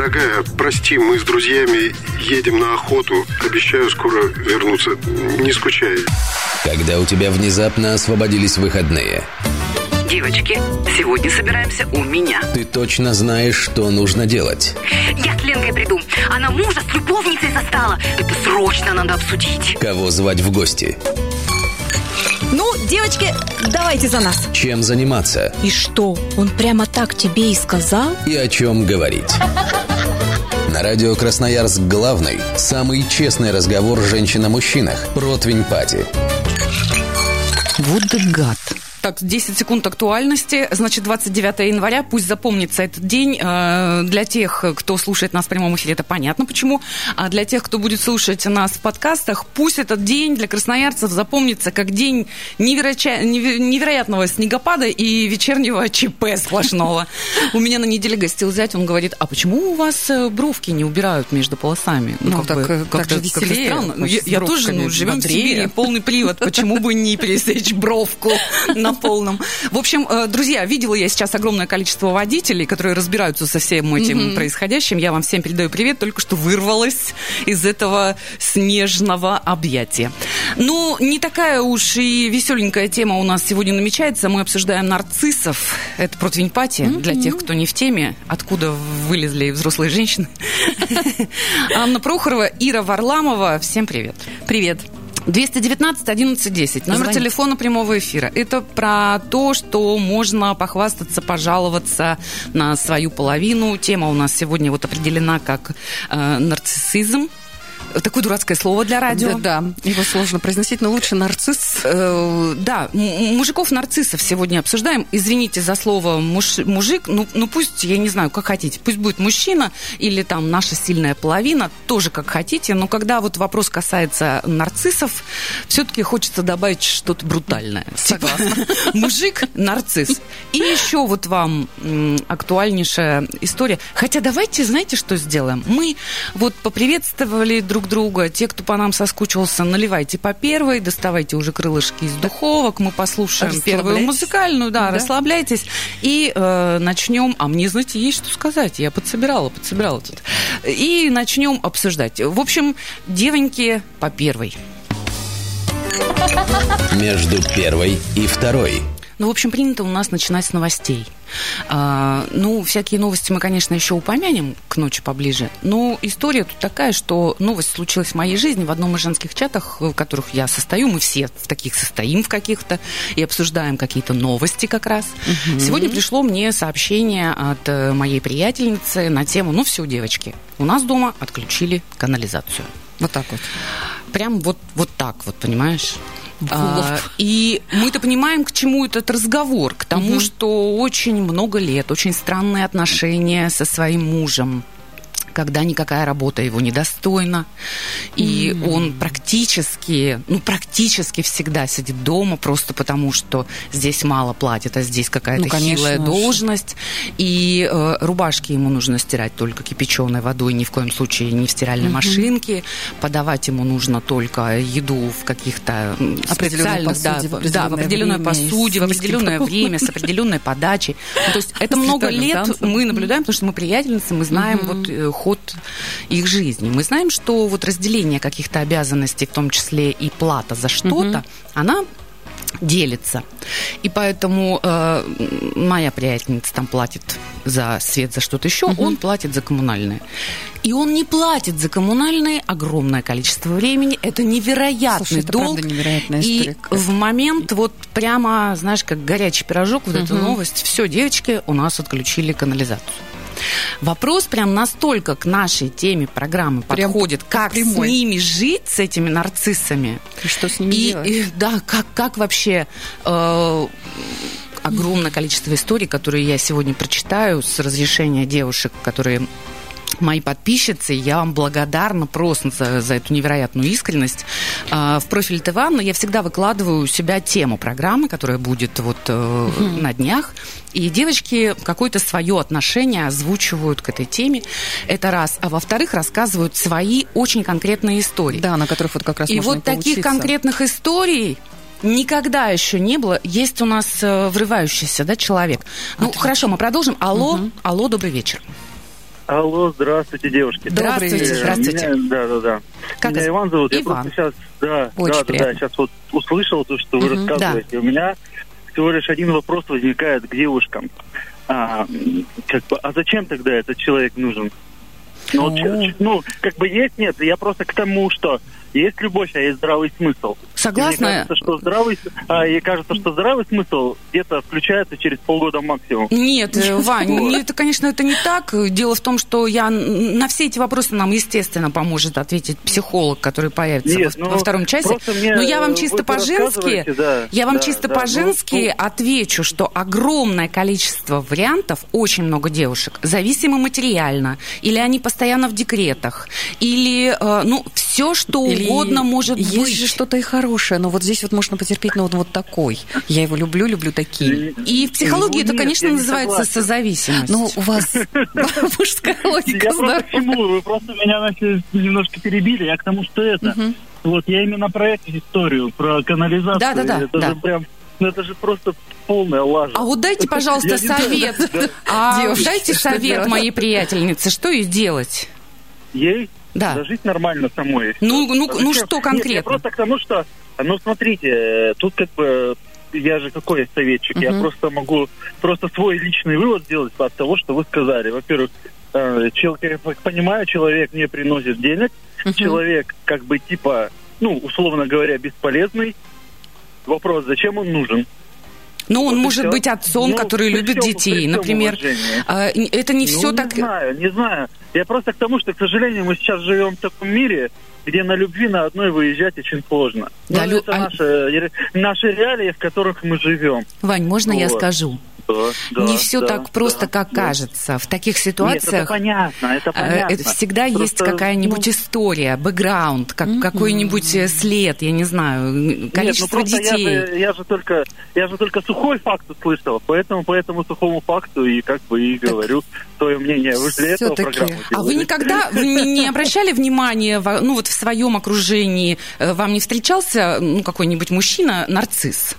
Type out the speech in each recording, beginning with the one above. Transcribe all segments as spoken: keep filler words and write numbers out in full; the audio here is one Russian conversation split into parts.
Дорогая, прости, мы с друзьями едем на охоту. Обещаю скоро вернуться. Не скучай. Когда у тебя внезапно освободились выходные. Девочки, сегодня собираемся у меня. Ты точно знаешь, что нужно делать. Я с Ленкой приду. Она мужа с любовницей застала. Это срочно надо обсудить. Кого звать в гости? Ну, девочки, давайте за нас. Чем заниматься? И что, он прямо так тебе и сказал? И о чем говорить? На радио Красноярск главный, самый честный разговор женщин о мужчинах. Противень Пати. Вот да гад. Так, десять секунд актуальности. Значит, двадцать девятого января. Пусть запомнится этот день. Для тех, кто слушает нас в прямом эфире, это понятно почему. А для тех, кто будет слушать нас в подкастах, пусть этот день для красноярцев запомнится как день невероя... невероятного снегопада и вечернего ЧП сплошного. У меня на неделе гостил зять, он говорит, а почему у вас бровки не убирают между полосами? Ну, как же веселее. Я тоже, ну, живем в Сибири, полный привод. Почему бы не пересечь бровку на полном. В общем, друзья, видела я сейчас огромное количество водителей, которые разбираются со всем этим mm-hmm. происходящим. Я вам всем передаю привет, только что вырвалась из этого снежного объятия. Ну, не такая уж и веселенькая тема у нас сегодня намечается. Мы обсуждаем нарциссов. Это противень Пати, mm-hmm. для тех, кто не в теме, откуда вылезли взрослые женщины. Анна Прохорова, Ира Варламова. Всем привет. Привет. двести девятнадцать одиннадцать десять. Номер Звоните. Телефона прямого эфира. Это про то, что можно похвастаться, пожаловаться на свою половину. Тема у нас сегодня вот определена как э, нарциссизм. Такое дурацкое слово для радио. Да, да, его сложно произносить, но лучше нарцисс. Э, да, мужиков-нарциссов сегодня обсуждаем. Извините за слово муж, мужик, ну, ну пусть, я не знаю, как хотите, пусть будет мужчина или там наша сильная половина, тоже как хотите, но когда вот вопрос касается нарциссов, все-таки хочется добавить что-то брутальное. Согласна. Типа, мужик, нарцисс. И еще вот вам м, актуальнейшая история. Хотя давайте, знаете, что сделаем? Мы вот поприветствовали друг друга. Те, кто по нам соскучился, наливайте по первой, доставайте уже крылышки из духовок, мы послушаем первую музыкальную, да, да. расслабляйтесь, и э, начнем, а мне, знаете, есть что сказать, я подсобирала, подсобирала тут, и начнем обсуждать. В общем, девоньки по первой. Между первой и второй. Ну, в общем, принято у нас начинать с новостей. А, ну, всякие новости мы, конечно, еще упомянем к ночи поближе, но история тут такая, что новость случилась в моей жизни в одном из женских чатах, в которых я состою, мы все в таких состоим в каких-то и обсуждаем какие-то новости как раз. Угу. Сегодня пришло мне сообщение от моей приятельницы на тему, ну, все, девочки, у нас дома отключили канализацию. Вот так вот. Прям вот, вот так вот, понимаешь? А, и мы-то понимаем, к чему этот разговор, к тому, угу. что очень много лет, очень странные отношения со своим мужем, когда никакая работа его недостойна, и mm-hmm. он практически, ну, практически всегда сидит дома, просто потому что здесь мало платят, а здесь какая-то ну, хилая должность, и э, рубашки ему нужно стирать только кипяченой водой, ни в коем случае не в стиральной mm-hmm. машинке, подавать ему нужно только еду в каких-то специальных, да, в да, в определенной посуде, в определенное время, с определенной подачей. Ну, то есть это много лет мы наблюдаем, потому что мы приятельницы, мы знаем mm-hmm. вот ход их жизни. Мы знаем, что вот разделение каких-то обязанностей, в том числе и плата за что-то, угу. она делится. И поэтому э, моя приятельница там платит за свет, за что-то еще, угу. он платит за коммунальные. И он не платит за коммунальные огромное количество времени. Это невероятный Слушай, это долг. Правда невероятная история. И в момент вот прямо, знаешь, как горячий пирожок, вот угу. эта новость. Все, девочки, у нас отключили канализацию. Вопрос прям настолько к нашей теме программы прям подходит, как прямой. С ними жить, с этими нарциссами. И что с ними и, делать? И, да, как, как вообще... Э, огромное количество историй, которые я сегодня прочитаю с разрешения девушек, которые... мои подписчицы, я вам благодарна просто за, за эту невероятную искренность. В профиле ТВ Анна я всегда выкладываю у себя тему программы, которая будет вот uh-huh. на днях. И девочки какое-то свое отношение озвучивают к этой теме. Это раз. А во-вторых, рассказывают свои очень конкретные истории. Да, на которых вот как раз и можно вот и поучиться. Таких конкретных историй никогда еще не было. Есть у нас врывающийся, да, человек. Ну, а хорошо, мы продолжим. Алло, угу. алло, добрый вечер. Алло, здравствуйте, девушки. Здравствуйте, здравствуйте. Меня, да, да, да. Как Меня Иван зовут. Иван. Я просто сейчас, да, Очень да, да, приятно. да, сейчас вот услышал то, что вы Мгм, рассказываете. да. У меня всего лишь один вопрос возникает к девушкам. А, как бы, а зачем тогда этот человек нужен? Ну, вот, ч- ну, как бы есть, нет, я просто к тому, что есть любовь, а есть здравый смысл. Согласна. И мне кажется, что здравый, а, и кажется, что здравый смысл где-то включается через полгода максимум. Нет, э, Вань, не- это, конечно, это не так. Дело в том, что я на все эти вопросы нам, естественно, поможет ответить психолог, который появится Нет, во, ну, во втором часе. просто мне, Но я вам э, чисто вы по-женски, рассказываете, да, я вам да, чисто да, по-женски ну, отвечу, что огромное количество вариантов, очень много девушек, зависимы материально, или они постоянно в декретах, или, э, ну, все, что Или угодно может есть быть. же что-то и хорошее, но вот здесь вот можно потерпеть, но вот, вот такой. Я его люблю, люблю такие. И в психологии Ну, это, нет, конечно, я не называется согласен. созависимость. Ну, у вас мужская логика Я просто здоровая. к чему? Вы просто меня начали немножко перебили. Я к тому, что это. Мгм. Вот я именно про эту историю, про канализацию. Да-да-да, Это да. же прям, ну это же просто полная лажа. А вот дайте, пожалуйста, Я не знаю, совет. да. А Девушки, дайте что совет делать? моей приятельнице, что ей делать? Ей Да. да жить нормально самой. Ну, ну, А ну зачем? что Нет, конкретно? я просто к тому, что, ну смотрите, э, тут как бы я же какой советчик, я Мгм. просто могу просто свой личный вывод сделать от того, что вы сказали. Во-первых, э, чел- я понимаю, человек не приносит денег, Мгм. человек как бы типа, ну, условно говоря, бесполезный. Вопрос, зачем он нужен? Ну, он Вот и может всё. быть отцом, Ну, который при любит всем- детей, при всем например. уважении. А, Это не Ну, все не так... знаю, не знаю. Я просто к тому, что, к сожалению, мы сейчас живем в таком мире, где на любви на одной выезжать очень сложно. Да, Но лю- это а- наши, ре- наши реалии, в которых мы живем. Вань, можно я Вот. скажу? Да, да, Не все да, так просто, да, как да. кажется. В таких Нет, это ситуациях... понятно, это э, понятно. Это всегда есть Просто, какая-нибудь ну, история, бэкграунд, как, какой-нибудь э, след, я не знаю, Нет, ну количество просто детей. Я же, я же только, я же только сухой факт услышал, поэтому по этому сухому факту и как бы и говорю свое мнение. Вы же для этого всё-таки. программу А вы делали. никогда вы не, не обращали внимания, во- ну вот в своем окружении, э, вам не встречался ну, какой-нибудь мужчина-нарцисс?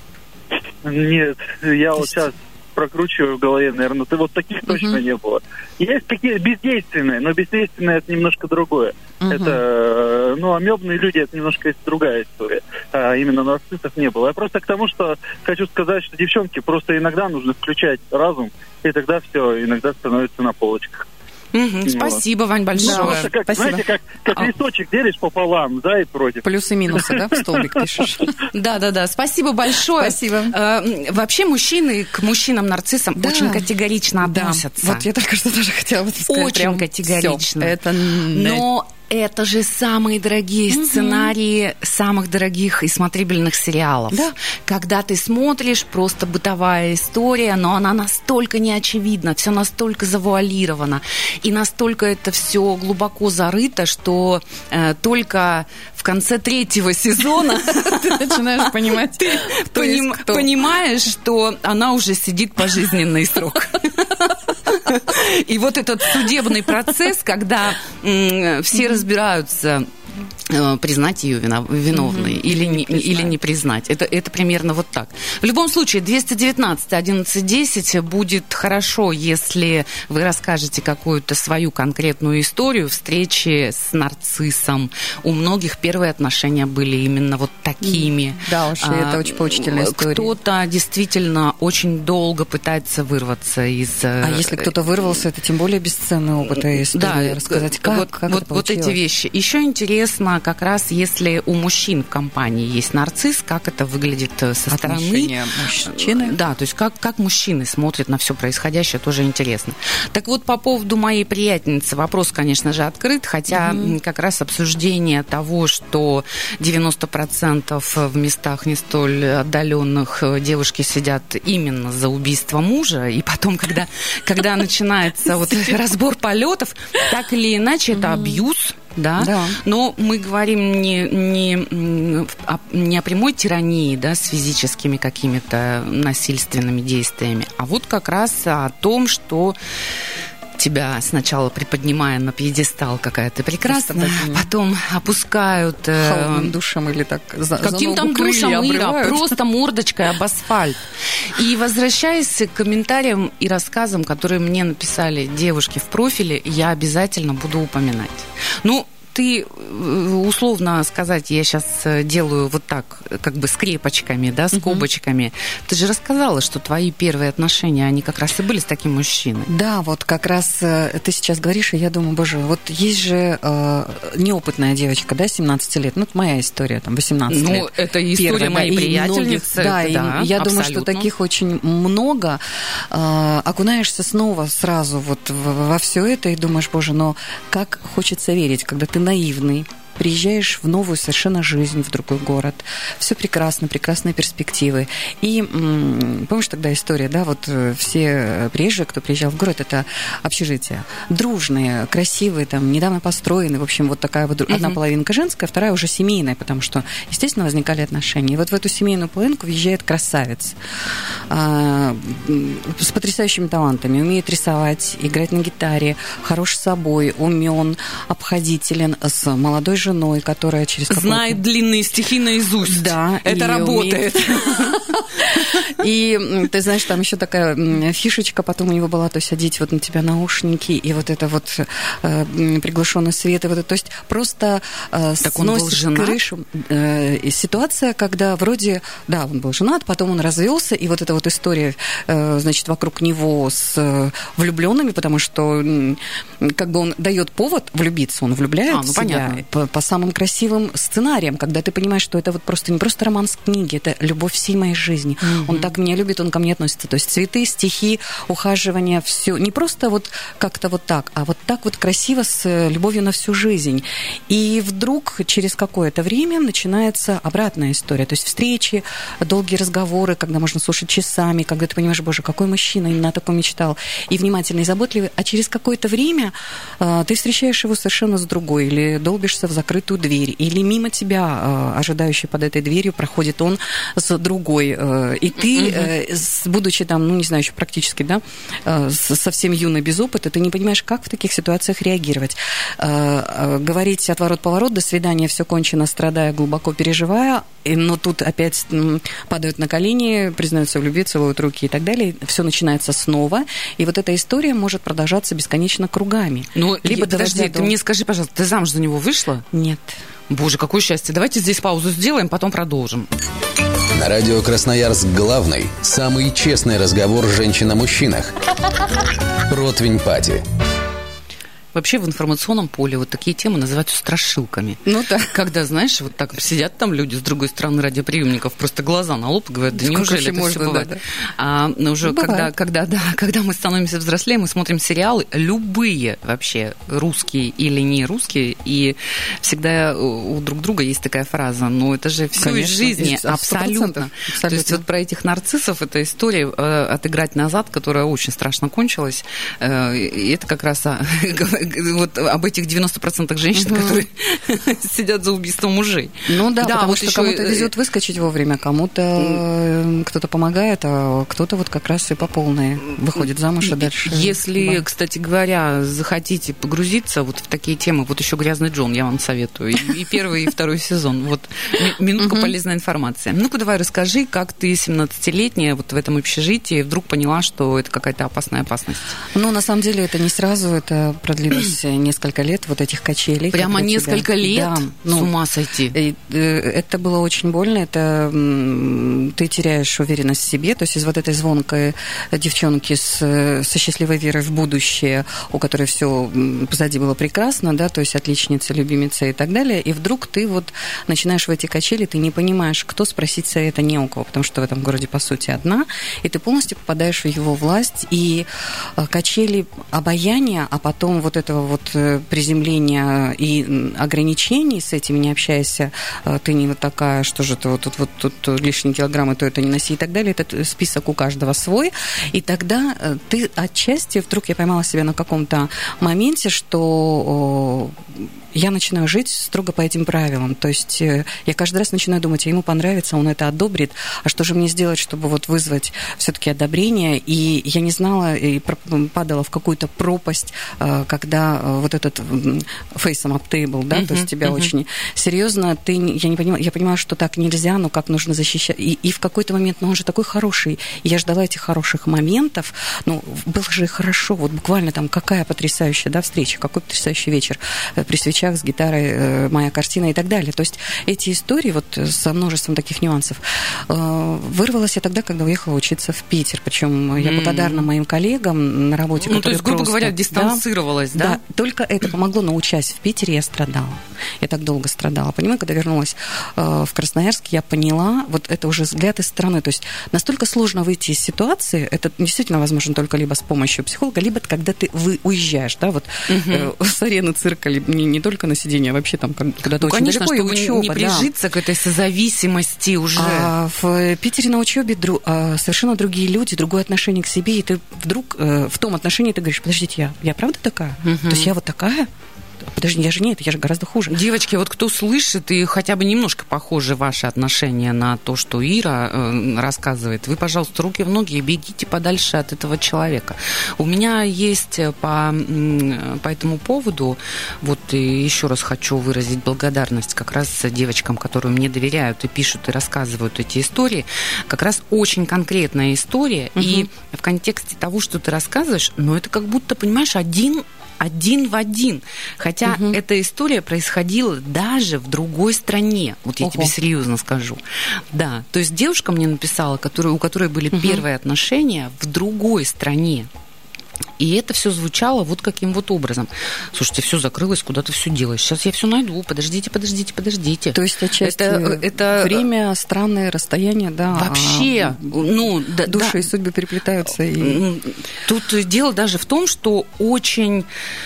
Нет, я вот сейчас прокручиваю в голове, наверное, ты вот таких точно не было. Есть какие бездейственные, но бездейственные это немножко другое. Это, э, ну, амебные люди это немножко есть другая история. А именно нарциссов не было. Я просто к тому, что хочу сказать, что девчонки просто иногда нужно включать разум, и тогда все иногда становится на полочках. Мгм, Вот. спасибо, Вань, большое. Потому что, как, Спасибо. знаете, как, как А. листочек делишь пополам, да, и против. Плюсы и минусы, да, в столбик пишешь? Да, да, да. Спасибо большое. Спасибо. Э, м, Вообще мужчины к мужчинам-нарциссам Да. очень категорично Да. относятся. Вот я только что тоже хотела вот сказать. Очень прям категорично. всё. Это... Но это же самые дорогие сценарии самых дорогих и смотрибельных сериалов. Да. Когда ты смотришь, просто бытовая история, но она настолько неочевидна, все настолько завуалировано, и настолько это все глубоко зарыто, что э, только в конце третьего сезона Ты начинаешь понимать, кто есть поним- кто. понимаешь, что она уже сидит пожизненный срок. И вот этот судебный процесс, когда м, все разбираются, э, признать ее вина- виновной или, не, или не признать. Это, это примерно вот так. В любом случае, двести девятнадцать одиннадцать десять будет хорошо, если вы расскажете какую-то свою конкретную историю встречи с нарциссом. У многих первые отношения были именно вот такими. Да уж, и это очень поучительная история. Кто-то действительно очень долго пытается вырваться из... А если кто-то вырвался, это тем более бесценный опыт и история. Да, Рассказать, как, вот, как вот, это вот эти получилось. вещи. Еще интересно, как раз если у мужчин в компании есть нарцисс, как это выглядит э, со стороны. Отношения мужчины. Да, то есть как, как мужчины смотрят на все происходящее, тоже интересно. Так вот, по поводу моей приятельницы, вопрос, конечно же, открыт, хотя м, как раз обсуждение того, что девяносто процентов в местах не столь отдаленных э, девушки сидят именно за убийство мужа, и потом, когда, когда начинается вот разбор полетов, так или иначе, это абьюз. Да? Да. Но мы говорим не, не, м, о, не о прямой тирании, да, с физическими какими-то насильственными действиями, а вот как раз о том, что тебя сначала приподнимая на пьедестал, какая ты прекрасная, потом опускают... Холодным душем или так за, каким за там душем, Ира? Просто мордочкой об асфальт. И возвращаясь к комментариям и рассказам, которые мне написали девушки в профиле, я обязательно буду упоминать. Ну, ты, условно сказать, я сейчас делаю вот так, как бы скрепочками, да, скобочками. Uh-huh. Ты же рассказала, что твои первые отношения, они как раз и были с таким мужчиной. Да, вот как раз ты сейчас говоришь, и я думаю, боже, вот есть же э, неопытная девочка, да, семнадцать лет, ну, это моя история, там, восемнадцать ну, лет. Ну, это история Первая, моей да, приятельницы. Многих, да, это, и да, я абсолютно. думаю, что таких очень много. Э, окунаешься снова сразу вот во все это и думаешь, боже, но как хочется верить, когда ты наивный, приезжаешь в новую совершенно жизнь, в другой город. Все прекрасно, прекрасные перспективы. И м- помнишь тогда история, да, вот все приезжие, кто приезжал в город, это общежития. Дружные, красивые, там, недавно построенные. В общем, вот такая вот uh-huh. одна половинка женская, вторая уже семейная, потому что, естественно, возникали отношения. И вот в эту семейную половинку въезжает красавец а, с потрясающими талантами. Умеет рисовать, играть на гитаре, хорош собой, умен, обходителен, с молодой женой, которая через какое-то... Знает длинные стихи наизусть. Да. Это работает. И ты знаешь, там еще такая фишечка потом у него была, то есть одеть вот на тебя наушники, и вот это вот приглушенный свет, и вот это, то есть просто сносишь крышу. Ситуация, когда вроде, да, он был женат, потом он развелся, и вот эта вот история, значит, вокруг него с влюбленными, потому что как бы он дает повод влюбиться, он влюбляет а, ну, себя понятно. по, по самым красивым сценариям, когда ты понимаешь, что это вот просто не просто роман с книги, это любовь всей моей жизни. Mm-hmm. Он так меня любит, он ко мне относится. То есть цветы, стихи, ухаживание, все. Не просто вот как-то вот так, а вот так вот красиво с любовью на всю жизнь. И вдруг через какое-то время начинается обратная история. То есть встречи, долгие разговоры, когда можно слушать часами, когда ты понимаешь, боже, какой мужчина, именно о таком мечтал. И внимательный, и заботливый. А через какое-то время э, ты встречаешь его совершенно с другой, или долбишься в закрытую дверь, или мимо тебя, э, ожидающий под этой дверью, проходит он с другой. Э, и ты, э, с, будучи там, ну, не знаю, еще практически, да, э, совсем юный, без опыта, ты не понимаешь, как в таких ситуациях реагировать. Э, э, говорить отворот-поворот, до свидания, все кончено, страдая, глубоко переживая, и, но тут опять м, падают на колени, признаются в любви, целуют руки и так далее. Все начинается снова, и вот эта история может продолжаться бесконечно кругами. Ну, либо подожди, до... ты мне скажи, пожалуйста, ты замуж за него вышла? Нет. Боже, какое счастье. Давайте здесь паузу сделаем, потом продолжим. На радио «Красноярск» главный, самый честный разговор женщин о мужчинах. Противень Пати. Вообще в информационном поле вот такие темы называются страшилками. Ну да. Когда, знаешь, вот так сидят там люди с другой стороны радиоприемников, просто глаза на лоб и говорят, да неужели это можно, все бывает? Да, да. А уже когда, когда, да, когда мы становимся взрослее, мы смотрим сериалы, любые вообще, русские или не русские, и всегда у друг друга есть такая фраза, ну это же все из жизни, абсолютно. абсолютно. То есть вот про этих нарциссов эта история «Отыграть назад», которая очень страшно кончилась, и это как раз... вот об этих девяноста процентах женщин, угу. которые сидят за убийством мужей. Ну да, да потому вот что еще... кому-то везет выскочить вовремя, кому-то кто-то помогает, а кто-то вот как раз и по полной выходит замуж и дальше. Если, да. кстати говоря, захотите погрузиться вот в такие темы, вот еще «Грязный Джон» я вам советую, и первый, и второй сезон. Вот минутка полезной информации. Ну-ка давай расскажи, как ты, семнадцатилетняя, вот в этом общежитии вдруг поняла, что это какая-то опасная опасность. Ну, на самом деле, это не сразу, это продлилось несколько лет вот этих качелей. Прямо несколько тебя... лет? Да. Ну, с ума сойти. Это было очень больно. Это ты теряешь уверенность в себе. То есть из вот этой звонкой девчонки с, со счастливой верой в будущее, у которой все позади было прекрасно, да, то есть отличница, любимица и так далее, и вдруг ты вот начинаешь в эти качели, ты не понимаешь, кто спросить совета, не у кого, потому что в этом городе, по сути, одна, и ты полностью попадаешь в его власть, и качели обаяния, а потом вот этого вот приземления и ограничений, с этими не общайся, ты не вот такая, что же ты вот тут вот, тут, тут лишние килограммы, то это не носи и так далее. Этот список у каждого свой. И тогда ты отчасти, вдруг я поймала себя на каком-то моменте, что я начинаю жить строго по этим правилам. То есть я каждый раз начинаю думать, а ему понравится, он это одобрит, а что же мне сделать, чтобы вот вызвать все-таки одобрение? И я не знала, и падала в какую-то пропасть, когда вот этот face up table, да, uh-huh, то есть тебя uh-huh. очень серьезно, ты, я не понимаю, я понимаю, что так нельзя, но как нужно защищать. И, и в какой-то момент, ну он же такой хороший, и я ждала этих хороших моментов, ну было же хорошо, вот буквально там какая потрясающая, да, встреча, какой потрясающий вечер при свечах с гитарой, моя картина и так далее. То есть эти истории вот со множеством таких нюансов. Вырвалась я тогда, когда уехала учиться в Питер. Причем я благодарна моим коллегам на работе, ну, которые то есть, грубо просто, говоря, дистанцировалась, да? Да, да, только это помогло, но учась в Питере, я страдала. Я так долго страдала. Понимаю, когда вернулась в Красноярск, я поняла, вот это уже взгляд из стороны. То есть настолько сложно выйти из ситуации, это действительно возможно только либо с помощью психолога, либо когда ты вы уезжаешь, да, вот угу. с арены цирка, не, не только на сиденье, а вообще там куда-то ну, очень конечно, далеко, чтобы и учеба, не прижиться да. к этой созависимости уже. А в Питере на учебе дру, а, совершенно другие люди, другое отношение к себе, и ты вдруг э, в том отношении ты говоришь, подождите, я, я правда такая? Угу. То есть я вот такая? Подожди, я же не это, я же гораздо хуже. Девочки, вот кто слышит и хотя бы немножко похожи ваши отношения на то, что Ира э, рассказывает, вы, пожалуйста, руки в ноги и бегите подальше от этого человека. У меня есть по, по этому поводу, вот и еще раз хочу выразить благодарность как раз девочкам, которые мне доверяют и пишут, и рассказывают эти истории. Как раз очень конкретная история, угу. и в контексте того, что ты рассказываешь, ну, это как будто, понимаешь, один... один в один. Хотя угу. эта история происходила даже в другой стране. Вот я Ого. тебе серьезно скажу. Да, то есть девушка мне написала, которая, у которой были угу. первые отношения в другой стране. И это все звучало вот каким вот образом. Слушайте, все закрылось, куда-то все делаешь. Сейчас я все найду. Подождите, подождите, подождите. То есть отчасти это, это время, странное расстояние, да. Вообще, а, ну, да, души да. и судьбы переплетаются. И... Тут дело даже в том, что очень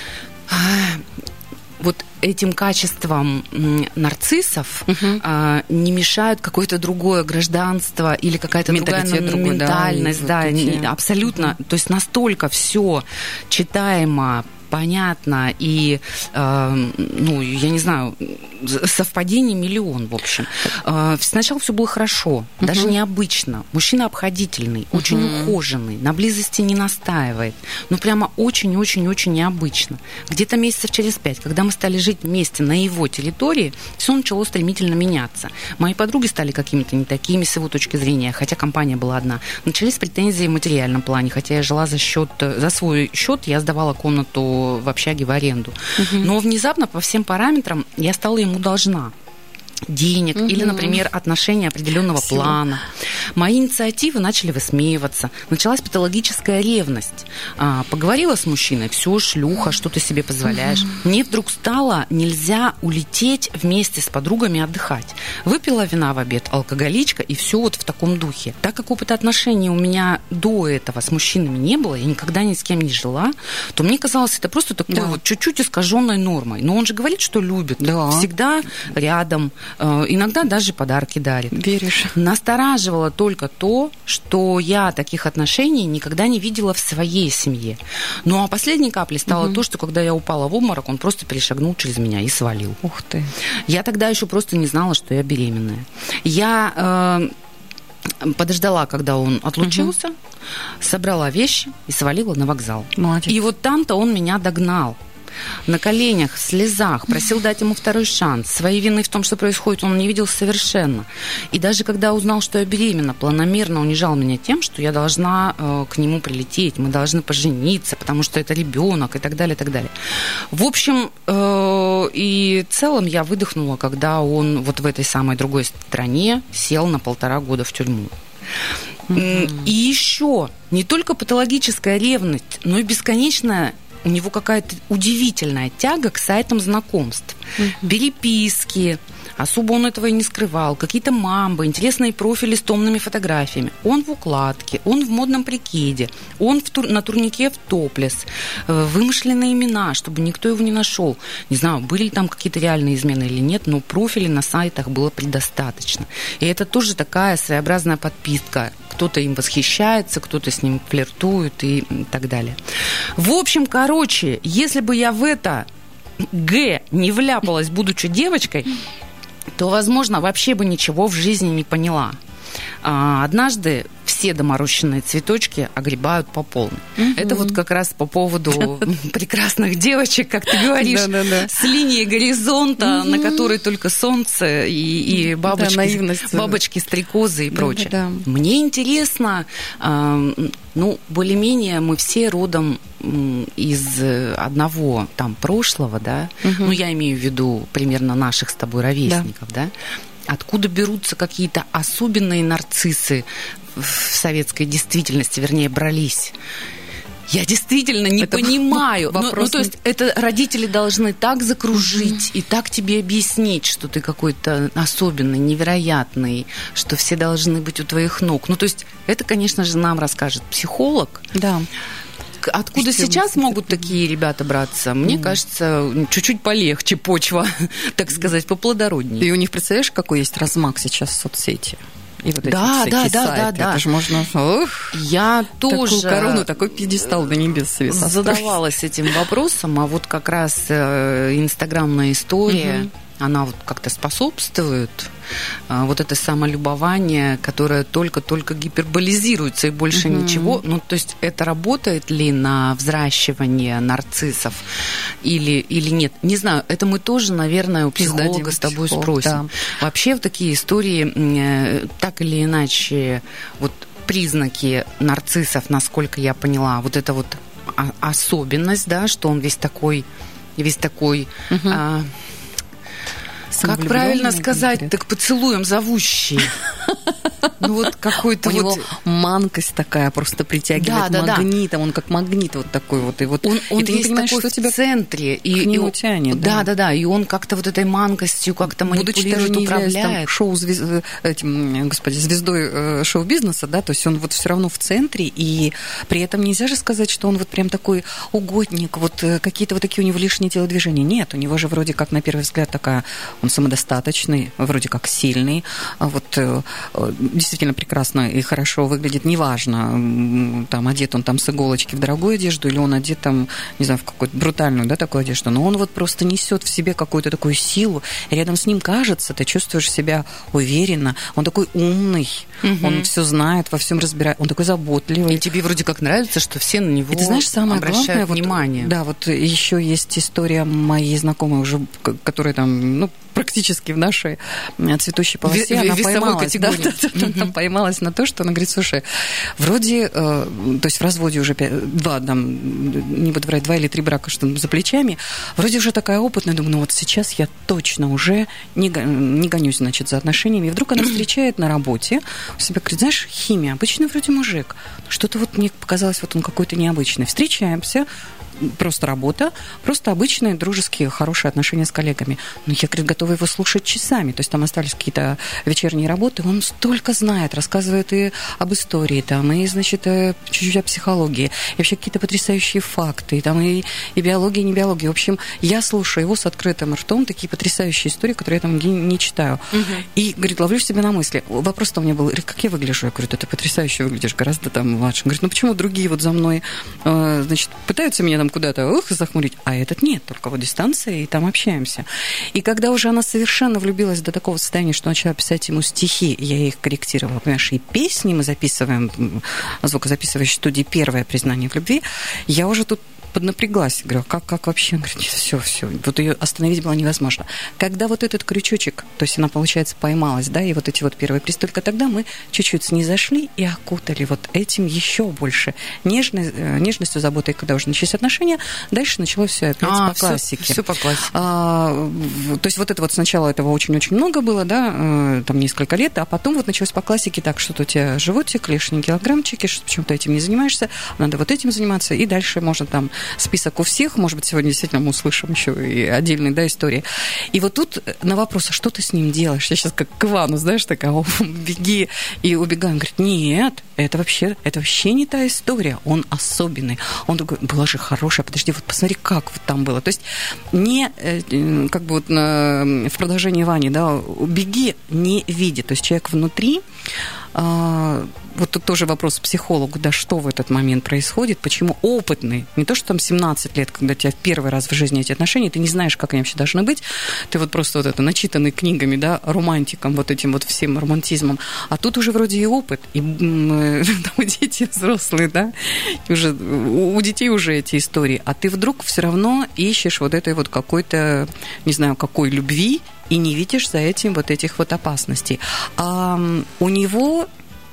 вот этим качествам нарциссов угу. а, не мешают какое-то другое гражданство или какая-то другая другой, ментальность. Да, да, не, абсолютно. То есть настолько все читаемо, понятно, и, э, ну, я не знаю, совпадений миллион, в общем. Э, сначала все было хорошо, uh-huh. даже необычно. Мужчина обходительный, uh-huh. очень ухоженный, на близости не настаивает. Ну, прямо очень-очень-очень необычно. Где-то месяцев через пять, когда мы стали жить вместе на его территории, все начало стремительно меняться. Мои подруги стали какими-то не такими с его точки зрения, хотя компания была одна. Начались претензии в материальном плане, хотя я жила за счет, за свой счет, я сдавала комнату в общаге в аренду. Uh-huh. Но внезапно по всем параметрам я стала ему должна. Денег угу. или, например, отношения определенного Спасибо. плана. Мои инициативы начали высмеиваться. Началась патологическая ревность. А, поговорила с мужчиной, все, шлюха, что ты себе позволяешь. Угу. Мне вдруг стало нельзя улететь вместе с подругами отдыхать. Выпила вина в обед, алкоголичка, и все вот в таком духе. Так как опыта отношений у меня до этого с мужчинами не было, я никогда ни с кем не жила, то мне казалось, это просто такой да. вот чуть-чуть искаженной нормой. Но он же говорит, что любит. Да. Всегда рядом. Иногда даже подарки дарит. Веришь. Настораживало только то, что я таких отношений никогда не видела в своей семье. Ну, а последней каплей стало угу. то, что когда я упала в обморок, он просто перешагнул через меня и свалил. Ух ты. Я тогда еще просто не знала, что я беременная. Я... Э, подождала, когда он отлучился, угу. собрала вещи и свалила на вокзал. Молодец. И вот там-то он меня догнал. На коленях, в слезах, просил дать ему второй шанс. Своей вины в том, что происходит, он не видел совершенно. И даже когда узнал, что я беременна, планомерно унижал меня тем, что я должна э, к нему прилететь, мы должны пожениться, потому что это ребенок и так далее, и так далее. В общем, э, и в целом я выдохнула, когда он вот в этой самой другой стране сел на полтора года в тюрьму. Mm-hmm. И еще не только патологическая ревность, но и бесконечная у него какая-то удивительная тяга к сайтам знакомств. Mm-hmm. Переписки, особо он этого и не скрывал. Какие-то мамбы, интересные профили с томными фотографиями. Он в укладке, он в модном прикиде, он в тур- на турнике в топлес. Вымышленные имена, чтобы никто его не нашел. Не знаю, были ли там какие-то реальные измены или нет, но профилей на сайтах было предостаточно. И это тоже такая своеобразная подпитка. Кто-то им восхищается, кто-то с ним флиртует и так далее. В общем, короче, если бы я в это Г не вляпалась, будучи девочкой, то, возможно, вообще бы ничего в жизни не поняла. А, однажды все доморощенные цветочки огребают по полной. Mm-hmm. Это вот как раз по поводу прекрасных девочек, как ты говоришь, с линии горизонта, на которой только солнце и бабочки, бабочки, стрекозы и прочее. Мне интересно, ну, более-менее мы все родом из одного там прошлого, да, ну, я имею в виду примерно наших с тобой ровесников, да, откуда берутся какие-то особенные нарциссы в советской действительности, вернее, брались. Я действительно не это понимаю. Ну, ну, то есть это родители должны так закружить и так тебе объяснить, что ты какой-то особенный, невероятный, что все должны быть у твоих ног. Ну, то есть это, конечно же, нам расскажет психолог. Да. Откуда что сейчас это... могут такие ребята браться? Мне mm. кажется, чуть-чуть полегче почва, так сказать, поплодороднее. И у них, представляешь, какой есть размах сейчас в соцсети? И вот да, эти да, да, сайты. да, да. Это же можно... Ух, я тоже... Такую корону, такой пьедестал до небес себе задавалась этим вопросом, а вот как раз инстаграмная история... Mm-hmm. Она вот как-то способствует, вот это самолюбование, которое только-только гиперболизируется и больше mm-hmm. ничего. Ну, то есть это работает ли на взращивание нарциссов или, или нет? Не знаю, это мы тоже, наверное, у психолога с тобой психолог, спросим. Да. Вообще в такие истории так или иначе вот признаки нарциссов, насколько я поняла, вот это вот особенность, да, что он весь такой, весь такой... Mm-hmm. А, как правильно сказать, конкретно. Так поцелуем зовущий. Ну вот какой-то у вот... него манкость такая просто притягивает да, да, магнитом, да. Он как магнит вот такой вот. И вот он, он и ты есть не понимаешь, такой что тебя в центре. И, к нему и, тянет. Да, да, да, да. И он как-то вот этой манкостью как-то манипулирует, будучи управляет. Там, шоу звез... этим, господи, звездой шоу-бизнеса, да, то есть он вот все равно в центре, и при этом нельзя же сказать, что он вот прям такой угодник, вот какие-то вот такие у него лишние телодвижения. Нет, у него же вроде как на первый взгляд такая, он самодостаточный, вроде как сильный, вот действительно прекрасно и хорошо выглядит, неважно, там одет он там с иголочки в дорогую одежду или он одет там, не знаю, в какую-то брутальную, да, такую одежду, но он вот просто несет в себе какую-то такую силу, рядом с ним, кажется, ты чувствуешь себя уверенно, он такой умный, угу. Он все знает, во всем разбирает, он такой заботливый. И тебе вроде как нравится, что все на него и ты знаешь, самое обращают главное, внимание. Вот, да, вот еще есть история моей знакомой уже, которая там, ну, практически в нашей цветущей полосе, в, она поймалась, да, да, да, mm-hmm. она поймалась на то, что она говорит, слушай, вроде, э, то есть в разводе уже два, там, не буду врать, два или три брака, что за плечами, вроде уже такая опытная, думаю, ну вот сейчас я точно уже не, не гонюсь, значит, за отношениями, и вдруг она встречает на работе, у себя говорит, знаешь, химия, обычный вроде мужик, что-то вот мне показалось, вот он какой-то необычный, встречаемся, просто работа, просто обычные дружеские, хорошие отношения с коллегами. Но я, говорит, готова его слушать часами. То есть там остались какие-то вечерние работы, он столько знает, рассказывает и об истории, там, и, значит, чуть-чуть о психологии, и вообще какие-то потрясающие факты, и, там, и, и биология, и не биология. В общем, я слушаю его с открытым ртом, такие потрясающие истории, которые я там не, не читаю. Угу. И, говорит, ловлю себя на мысли. Вопрос-то у меня был, как я выгляжу? Я говорю, ты потрясающе выглядишь, гораздо там младше. Он говорит, ну почему другие вот за мной, э, значит, пытаются меня там куда-то ух, захмурить, а этот нет, только вот дистанция, и там общаемся. И когда уже она совершенно влюбилась до такого состояния, что начала писать ему стихи, я их корректировала, понимаешь, и песни мы записываем, звукозаписывающей студии «Первое признание в любви», я уже тут поднапряглась, говорю, как, как вообще? Он говорит, нет, все, все, вот ее остановить было невозможно. Когда вот этот крючочек, то есть она, получается, поймалась, да, и вот эти вот первые приз, только тогда мы чуть-чуть снизошли и окутали вот этим еще больше нежной, нежностью, заботой, когда уже начались отношения, дальше началось все опять а, по классике. Все, все по классике. А, то есть вот это вот сначала этого очень-очень много было, да, там несколько лет, а потом вот началось по классике так, что-то у тебя животик, лишние килограммчики, что почему-то этим не занимаешься, надо вот этим заниматься, и дальше можно там список у всех. Может быть, сегодня действительно мы услышим еще и отдельные, да, истории. И вот тут на вопрос, а что ты с ним делаешь? Я сейчас как к Ивану, знаешь, такая, беги и убегаем. Говорит, нет, это вообще, это вообще не та история. Он особенный. Он такой, была же хорошая, подожди, вот посмотри, как вот там было. То есть не, как бы вот на, в продолжении Вани, да, беги, не видя. То есть человек внутри, а, вот тут тоже вопрос к психологу, да, что в этот момент происходит, почему опытный, не то, что там семнадцать лет, когда у тебя в первый раз в жизни эти отношения, ты не знаешь, как они вообще должны быть, ты вот просто вот это, начитанный книгами, да, романтиком, вот этим вот всем романтизмом, а тут уже вроде и опыт, и там дети взрослые, да, и уже, у детей уже эти истории, а ты вдруг все равно ищешь вот этой вот какой-то, не знаю, какой любви, и не видишь за этим вот этих вот опасностей. А у него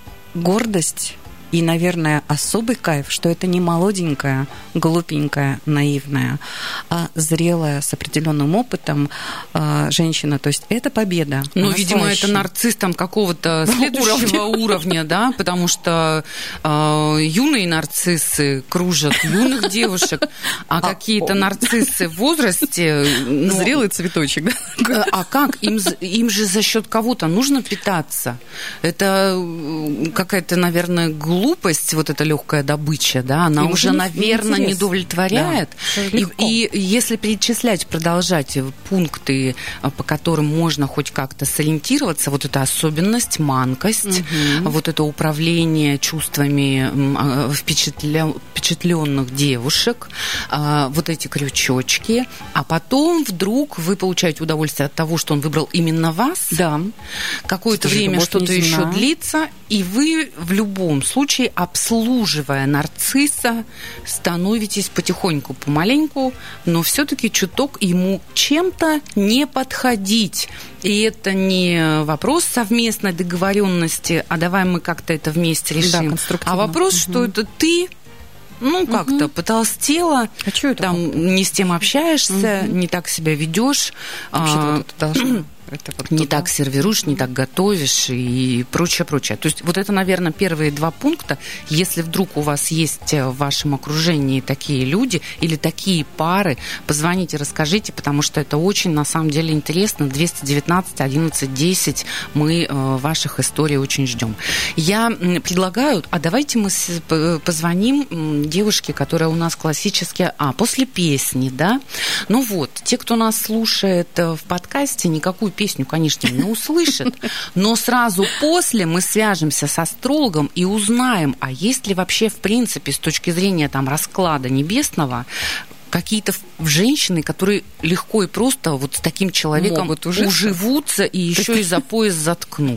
гордость и, наверное, особый кайф, что это не молоденькая, глупенькая, наивная, а зрелая, с определенным опытом э, женщина. То есть это победа. Ну, видимо, это нарцисс там какого-то следующего уровня, уровня, да, потому что э, юные нарциссы кружат юных девушек, а какие-то нарциссы в возрасте... Ну, зрелый цветочек, да? А как? Им, им же за счет кого-то нужно питаться. Это какая-то, наверное, глупость. Глупость, вот эта легкая добыча, да, она уже, наверное, не удовлетворяет. Да, и, и если перечислять, продолжать пункты, по которым можно хоть как-то сориентироваться, вот эта особенность, манкость, угу. вот это управление чувствами впечатлен, впечатленных девушек, вот эти крючочки, а потом вдруг вы получаете удовольствие от того, что он выбрал именно вас. Да. Какое-то время что-то еще длится, и вы в любом случае, обслуживая нарцисса, становитесь потихоньку, помаленьку, но все-таки чуток ему чем-то не подходить. И это не вопрос совместной договоренности, а давай мы как-то это вместе решим, да, а вопрос, угу. что это ты, ну, как-то угу. потолстела, а что это там как-то? Не с тем общаешься, угу. не так себя ведешь. Вообще-то вот это должно... Это вот не туда. Так сервируешь, не так готовишь и прочее, прочее. То есть вот это, наверное, первые два пункта. Если вдруг у вас есть в вашем окружении такие люди или такие пары, позвоните, расскажите, потому что это очень, на самом деле, интересно. двести девятнадцать одиннадцать десять мы ваших историй очень ждем. Я предлагаю, а давайте мы позвоним девушке, которая у нас классически, а, после песни, да? Ну вот, те, кто нас слушает в подкасте, никакую песню, конечно, не услышит, но сразу после мы свяжемся с астрологом и узнаем, а есть ли вообще, в принципе, с точки зрения там расклада небесного, какие-то женщины, которые легко и просто вот с таким человеком уживутся и еще и за пояс заткнут.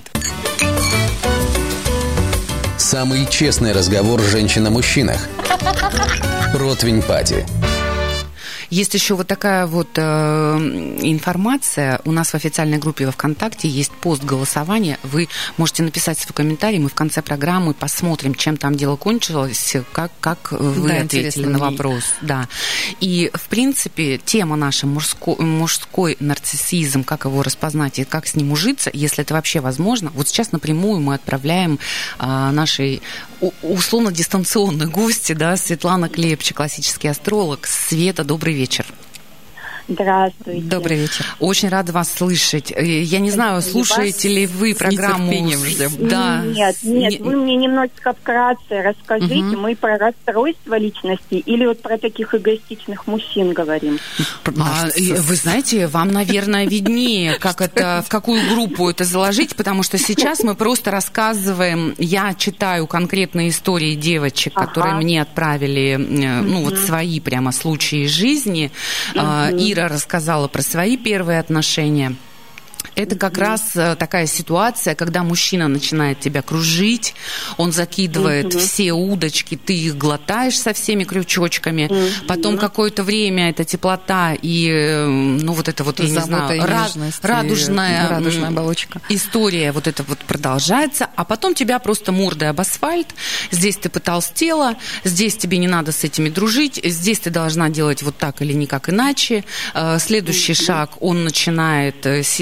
Самый честный разговор женщин о мужчинах. Противень Пати. Есть еще вот такая вот э, информация. У нас в официальной группе во ВКонтакте есть пост голосования. Вы можете написать свой комментарий, мы в конце программы посмотрим, чем там дело кончилось, как, как вы да, ответили на вопрос. Да. И, в принципе, тема наша мужской, мужской нарциссизм, как его распознать и как с ним ужиться, если это вообще возможно. Вот сейчас напрямую мы отправляем э, нашей условно-дистанционной гости, да, Светлана Клепче, классический астролог. Света, добрый вечер. Здравствуйте. Добрый вечер. Очень рада вас слышать. Я не знаю, слушаете ли вы программу... Да. Нет, нет, не... вы мне немножечко вкратце расскажите, угу. мы про расстройство личности или вот про таких эгоистичных мужчин говорим? А, вы знаете, вам, наверное, виднее, как это, в какую группу это заложить, потому что сейчас мы просто рассказываем, я читаю конкретные истории девочек, ага. которые мне отправили, ну, угу. вот свои прямо случаи жизни, угу. и рассказала про свои первые отношения. Это как mm-hmm. раз такая ситуация, когда мужчина начинает тебя кружить, он закидывает mm-hmm. все удочки, ты их глотаешь со всеми крючочками, mm-hmm. потом какое-то время эта теплота и, ну, вот это вот, я не знаю, ра- радужная, радужная оболочка. История вот это вот продолжается, а потом тебя просто мордой об асфальт, здесь ты потолстела, здесь тебе не надо с этими дружить, здесь ты должна делать вот так или никак иначе. Следующий mm-hmm. шаг, он начинает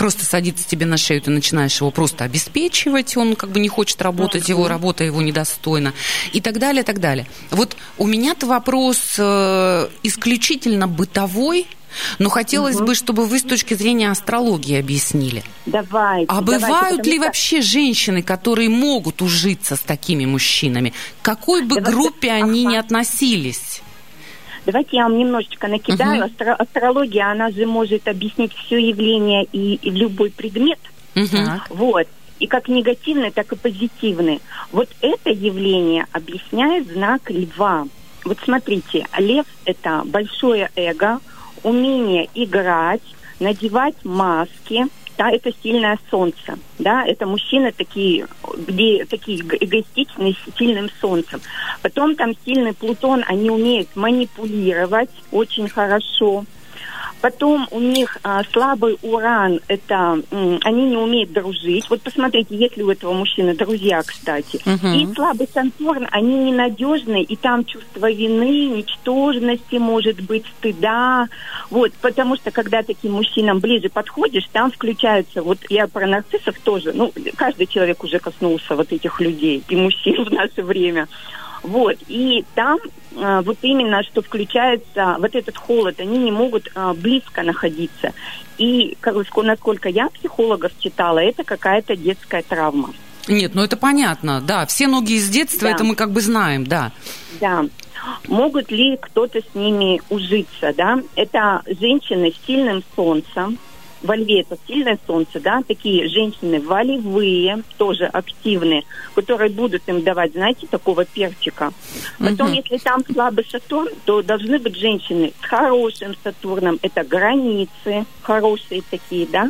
просто садится тебе на шею, ты начинаешь его просто обеспечивать, он как бы не хочет работать, его работа его недостойна, и так далее, и так далее. Вот у меня-то вопрос э, исключительно бытовой, но хотелось угу. бы, чтобы вы с точки зрения астрологии объяснили. Давайте. А давайте, бывают ли что... вообще женщины, которые могут ужиться с такими мужчинами? К какой бы давайте. группе они ага. ни относились? Давайте я вам немножечко накидаю. Угу. Астро- астрология, она же может объяснить все явление и, и любой предмет. Угу. Вот. И как негативный, так и позитивный. Вот это явление объясняет знак льва. Вот смотрите, лев – это большое эго, умение играть, надевать маски, да, это сильное солнце, да, это мужчины такие, где такие эгоистичные, с сильным солнцем. Потом там сильный Плутон, они умеют манипулировать очень хорошо. Потом у них а, слабый Уран, это м, они не умеют дружить. Вот посмотрите, есть ли у этого мужчины друзья, кстати. Uh-huh. И слабый Сатурн, они ненадежны, и там чувство вины, ничтожности, может быть, стыда. Вот, потому что когда таким мужчинам ближе подходишь, там включаются, вот я про нарциссов тоже, ну, каждый человек уже коснулся вот этих людей и мужчин в наше время. Вот, и там а, вот именно, что включается вот этот холод, они не могут а, близко находиться. И, как, насколько я психологов читала, это какая-то детская травма. Нет, ну это понятно, да, все ноги из детства, да. Это мы как бы знаем, да. Да. Могут ли кто-то с ними ужиться, да? Это женщины с сильным солнцем. Во Льве это сильное солнце, да, такие женщины волевые, тоже активные, которые будут им давать, знаете, такого перчика. Потом, uh-huh. если там слабый Сатурн, то должны быть женщины с хорошим Сатурном, это границы, хорошие такие, да.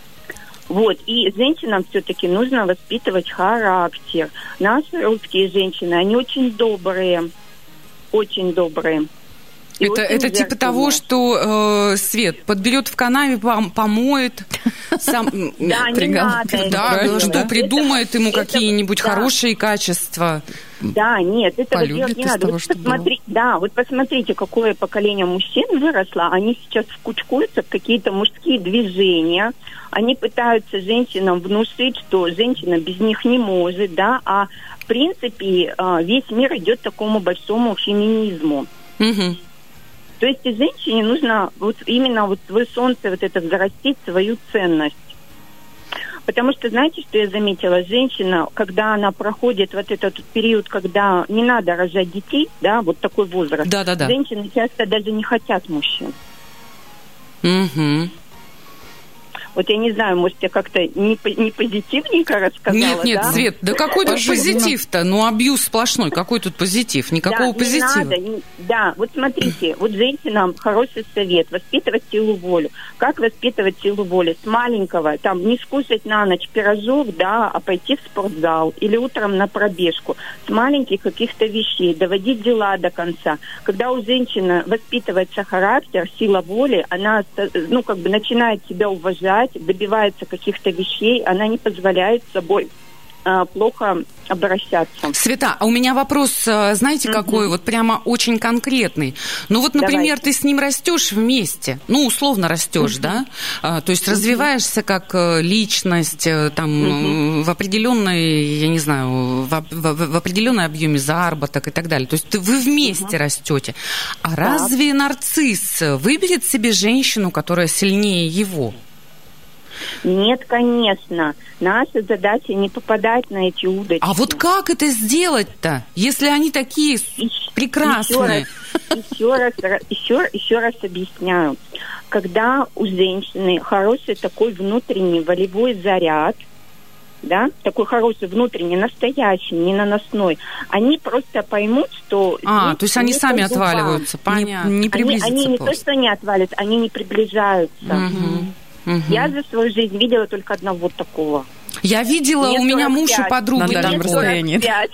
Вот, и женщинам все-таки нужно воспитывать характер. Наши русские женщины, они очень добрые, очень добрые. Это, это типа того, что э, Свет подберет в канаве, пом- помоет, сам, да, не надо. Да, что придумает ему какие-нибудь хорошие качества. Да, нет, этого делать не надо. Вот посмотри, да, вот посмотрите, какое поколение мужчин выросло. Они сейчас вкучкуются в какие-то мужские движения. Они пытаются женщинам внушить, что женщина без них не может, да, а в принципе весь мир идет к такому большому феминизму. Угу. То есть и женщине нужно вот именно вот свое солнце, вот это взрастить, свою ценность. Потому что, знаете, что я заметила? Женщина, когда она проходит вот этот период, когда не надо рожать детей, да, вот такой возраст, да, да, да. женщины часто даже не хотят мужчин. Угу. Вот я не знаю, может, я как-то не, не позитивненько рассказала, Нет, нет, да? Свет, да какой тут позитив-то? Ну, абьюз сплошной, какой тут позитив? Никакого да, позитива. Не надо, не, да, вот смотрите, вот женщинам хороший совет, воспитывать силу воли. Как воспитывать силу воли? С маленького, там, не скушать на ночь пирожок, да, а пойти в спортзал или утром на пробежку. С маленьких каких-то вещей, доводить дела до конца. Когда у женщины воспитывается характер, сила воли, она, ну, как бы начинает себя уважать, добивается каких-то вещей, она не позволяет собой а, плохо обращаться. Света, а у меня вопрос, знаете, mm-hmm. какой? Вот прямо очень конкретный. Ну вот, например, Давайте. Ты с ним растешь вместе, ну, условно растешь, mm-hmm. да? А, то есть mm-hmm. развиваешься как личность, там, mm-hmm. в определенной, я не знаю, в, в, в определенной объеме заработок и так далее. То есть ты, вы вместе mm-hmm. растете. А да. разве нарцисс выберет себе женщину, которая сильнее его? Нет, конечно. Наша задача не попадать на эти удочки. А вот как это сделать-то, если они такие еще, прекрасные? Еще раз, еще раз, еще, еще раз объясняю. Когда у женщины хороший такой внутренний волевой заряд, да, такой хороший внутренний, настоящий, не наносной, они просто поймут, что... А, то есть они сами отваливаются, понятно. Не, не приблизиться Они, они не просто. то, что не отваливаются, они не приближаются. Угу. Угу. Я за свою жизнь видела только одного такого. Я видела, мне у меня муж у подруги на дальнем расстоянии.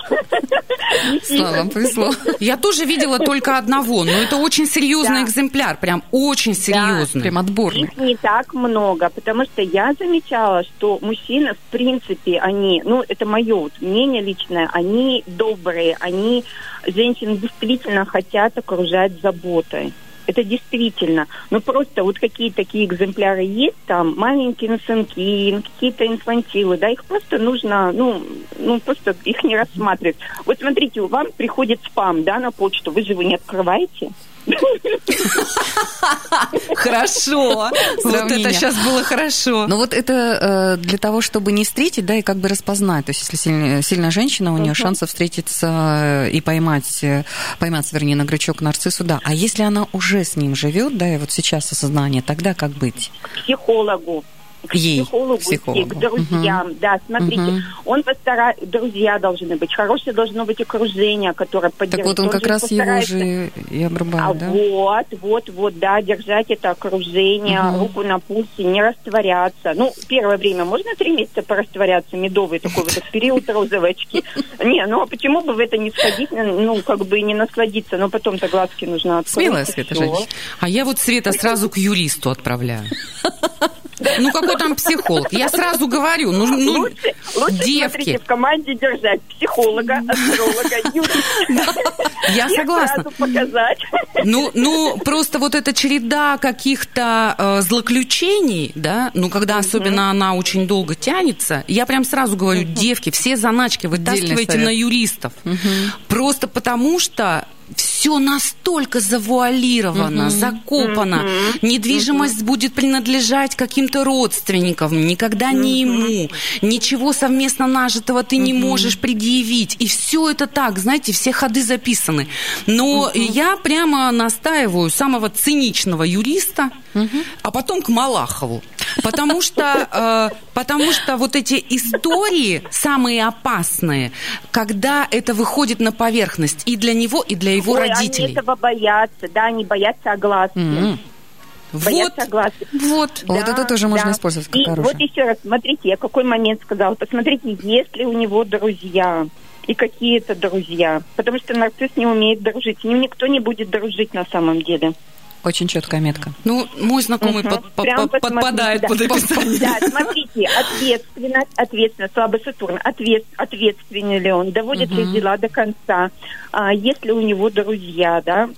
Слава, вам повезло. Я тоже видела только одного, но это очень серьезный да. экземпляр, прям очень серьезный. Да. Прям отборный. Их не так много, потому что я замечала, что мужчины, в принципе, они, ну, это мое вот мнение личное, они добрые, они женщин действительно хотят окружать заботой. Это действительно. Ну, просто вот какие такие экземпляры есть, там, маленькие сынки, какие-то инфантилы, да, их просто нужно, ну, ну, просто их не рассматривать. Вот смотрите, вам приходит спам, да, на почту, вы же его не открываете. Хорошо. Вот это сейчас было хорошо. Ну вот это для того, чтобы не встретить, да, и как бы распознать. То есть если сильная женщина, у нее шансов встретиться и поймать, пойматься, вернее, на крючок нарциссу, да. А если она уже с ним живет, да, и вот сейчас осознание, тогда как быть? К психологу. К Ей, психологу, психологу. к друзьям, угу. Да, смотрите, угу. он постарается, друзья должны быть, хорошее должно быть окружение, которое поддерживает. Так вот он, он как раз постарается... его же и обрубает, а да? вот, вот, вот, да, держать это окружение, угу. руку на пульсе, не растворяться. Ну, первое время можно три месяца порастворяться, медовый такой вот период розовой очки. Не, ну, а почему бы в это не сходить, ну, как бы не насладиться, но потом-то глазки нужно открыть. Смелая, Света, женщина. А я вот, Света, сразу к юристу отправляю. Ну, какой там психолог? Я сразу говорю, ну, ну лучше, лучше девки. Смотрите, в команде держать психолога, астролога, юриста. Я согласна. Сразу показать. Ну, ну, просто вот эта череда каких-то э, злоключений, да, ну, когда особенно она очень долго тянется, я прям сразу говорю, девки, все заначки вытаскивайте на юристов. Просто потому что все настолько завуалировано, uh-huh. закопано. Uh-huh. Недвижимость uh-huh. будет принадлежать каким-то родственникам, никогда uh-huh. не ему. Ничего совместно нажитого ты uh-huh. не можешь предъявить. И все это так, знаете, все ходы записаны. Но uh-huh. я прямо настаиваю самого циничного юриста, uh-huh. а потом к Малахову. Потому что, э, потому что вот эти истории самые опасные, когда это выходит на поверхность и для него, и для его Ой, родителей. Они этого боятся, да, они боятся огласки. Mm-hmm. Боятся вот, огласки. Вот. Да, вот это тоже можно да. использовать как и оружие. Вот еще раз, смотрите, я какой момент сказала. Посмотрите, есть ли у него друзья и какие это друзья. Потому что нарцисс не умеет дружить. С ним никто не будет дружить на самом деле. Очень четкая метка. Ну, мой знакомый угу. под, под, подпадает да. под описание. Да, смотрите, ответственность, ответственность, слабый Сатурн, ответ, ответственный ли он, доводит угу. ли дела до конца, а, есть ли у него друзья, да,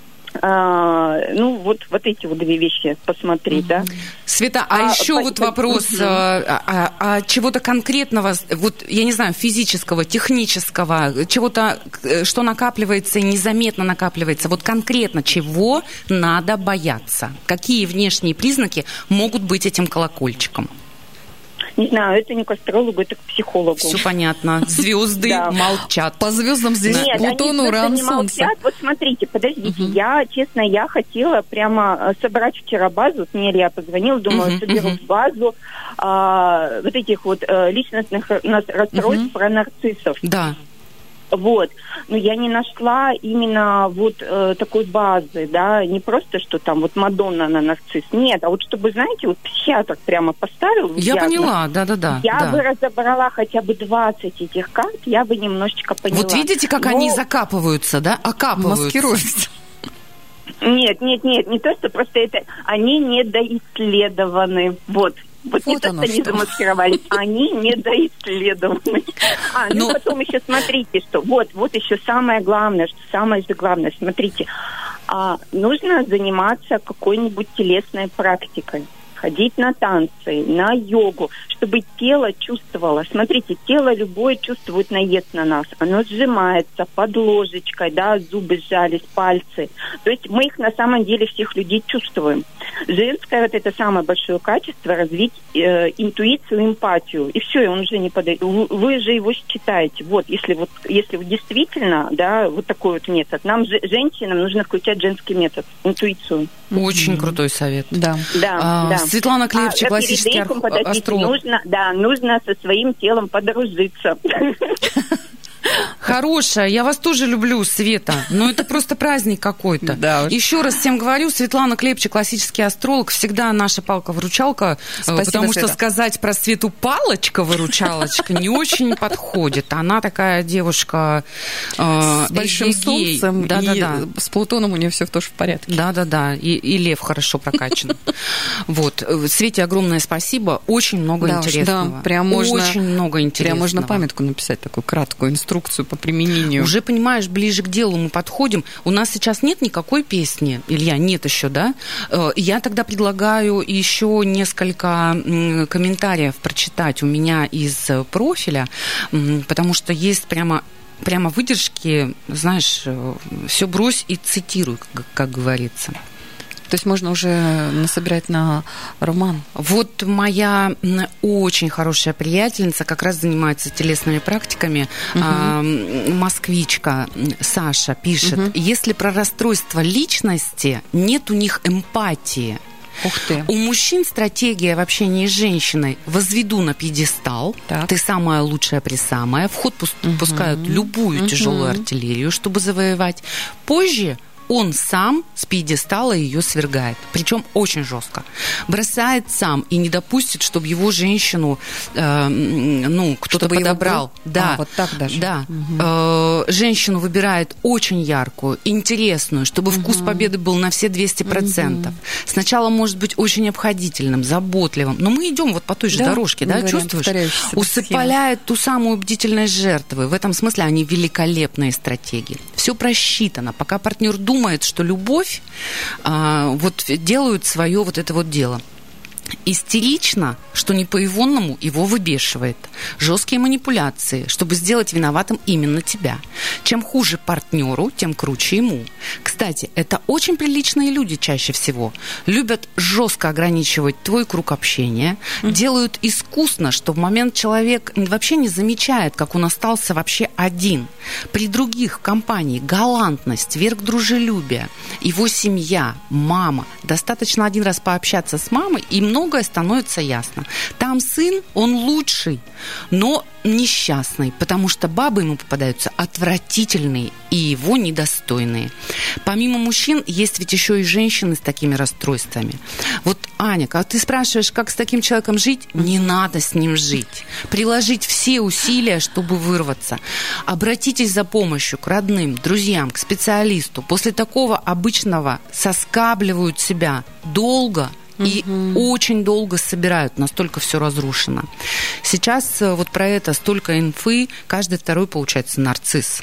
а, ну, вот, вот эти вот две вещи посмотреть, угу. да. Света, а, а еще по, вот по, вопрос угу. а, а, а чего-то конкретного, вот, я не знаю, физического, технического, чего-то, что накапливается и незаметно накапливается, вот конкретно чего надо бояться? Какие внешние признаки могут быть этим колокольчиком? Не знаю, это не к астрологу, это к психологу. Все понятно. Звезды молчат. По звездам здесь Нет, Плутон, Уран, Солнце. Вот смотрите, подождите, uh-huh. я, честно, я хотела прямо собрать вчера базу, мне Илья позвонил, думаю, uh-huh, соберу uh-huh. базу а, вот этих вот а, личностных расстройств uh-huh. про нарциссов. Да. Вот, но я не нашла именно вот э, такой базы, да, не просто, что там вот Мадонна, она нарцисс, нет, а вот чтобы, знаете, вот психиатр прямо поставил. Я диагноз, поняла, да-да-да. Я да. бы разобрала хотя бы двадцать этих карт, я бы немножечко поняла. Вот видите, как но... они закапываются, да, окапываются. Маскируются. Нет, нет, нет, не то, что просто это, они недоисследованы, вот. Вот, вот не то, что они замаскировались, они недоисследованы. А, ну Но... потом еще смотрите, что вот, вот еще самое главное, что самое же главное, смотрите, а, нужно заниматься какой-нибудь телесной практикой. Ходить на танцы, на йогу, чтобы тело чувствовало. Смотрите, тело любое чувствует наезд на нас. Оно сжимается под ложечкой, да, зубы сжались, пальцы. То есть мы их на самом деле всех людей чувствуем. Женское вот это самое большое качество — развить э, интуицию, эмпатию. И все, и он уже не подойдет. Вы же его считаете. Вот, если вот, если вот действительно, да, вот такой вот метод. Нам, же, женщинам, нужно включать женский метод, интуицию. Очень mm-hmm. крутой совет. Да, да, а, да. Светлана Клевчик, а, классический этим, астролог. Нужно, да, нужно со своим телом подружиться. Хорошая, я вас тоже люблю, Света, но это просто праздник какой-то. Да. Еще раз всем говорю, Светлана Клепчик, классический астролог, всегда наша палка-выручалка, Спасибо, потому Света. Что сказать про Свету палочка-выручалочка не очень подходит. Она такая девушка э, с большим солнцем, да, и да, да. с Плутоном у нее все тоже в порядке. Да-да-да, и, и лев хорошо прокачан. Вот, Свете огромное спасибо, очень много интересного. Да, прям можно, очень много интересного. Прям можно памятку написать, такую краткую инструкцию по применению. Уже, понимаешь, ближе к делу мы подходим. У нас сейчас нет никакой песни, Илья, нет еще, да? Я тогда предлагаю еще несколько комментариев прочитать у меня из профиля, потому что есть прямо... Прямо выдержки, знаешь, все брось и цитируй, как, как говорится. То есть можно уже насобирать на роман? Вот моя очень хорошая приятельница как раз занимается телесными практиками, угу. э, москвичка Саша пишет, угу. если про расстройство личности нет у них эмпатии. Ух ты. У мужчин стратегия в общении с женщиной: возведу на пьедестал, так. ты самая лучшая присамая, в ход пускают угу. любую угу. тяжелую артиллерию, чтобы завоевать. Позже он сам с пьедестала ее свергает. Причем очень жестко. Бросает сам и не допустит, чтобы его женщину э, ну, кто-то чтобы подобрал. Да. А, вот так даже. Да. Угу. Э, женщину выбирает очень яркую, интересную, чтобы угу. вкус победы был на все двести процентов. Угу. Сначала может быть очень обходительным, заботливым, но мы идем вот по той же да, дорожке, да, чувствуешь? Усыпляет ту самую бдительность жертвы. В этом смысле они великолепные стратегии. Все просчитано. Пока партнер думает, думает, что любовь а, вот делают свое вот это вот дело. Истерично, что не по-ивонному его выбешивает. Жесткие манипуляции, чтобы сделать виноватым именно тебя. Чем хуже партнеру, тем круче ему. Кстати, это очень приличные люди чаще всего. Любят жестко ограничивать твой круг общения, mm-hmm. делают искусно, что в момент человек вообще не замечает, как он остался вообще один. При других в компании галантность, верх дружелюбия, его семья, мама. Достаточно один раз пообщаться с мамой, и много многое становится ясно. Там сын, он лучший, но несчастный, потому что бабы ему попадаются отвратительные и его недостойные. Помимо мужчин, есть ведь еще и женщины с такими расстройствами. Вот, Аня, когда ты спрашиваешь, как с таким человеком жить, не надо с ним жить. Приложить все усилия, чтобы вырваться. Обратитесь за помощью к родным, друзьям, к специалисту. После такого обычного соскабливают себя долго, и угу. очень долго собирают, настолько все разрушено. Сейчас вот про это столько инфы, каждый второй, получается, нарцисс.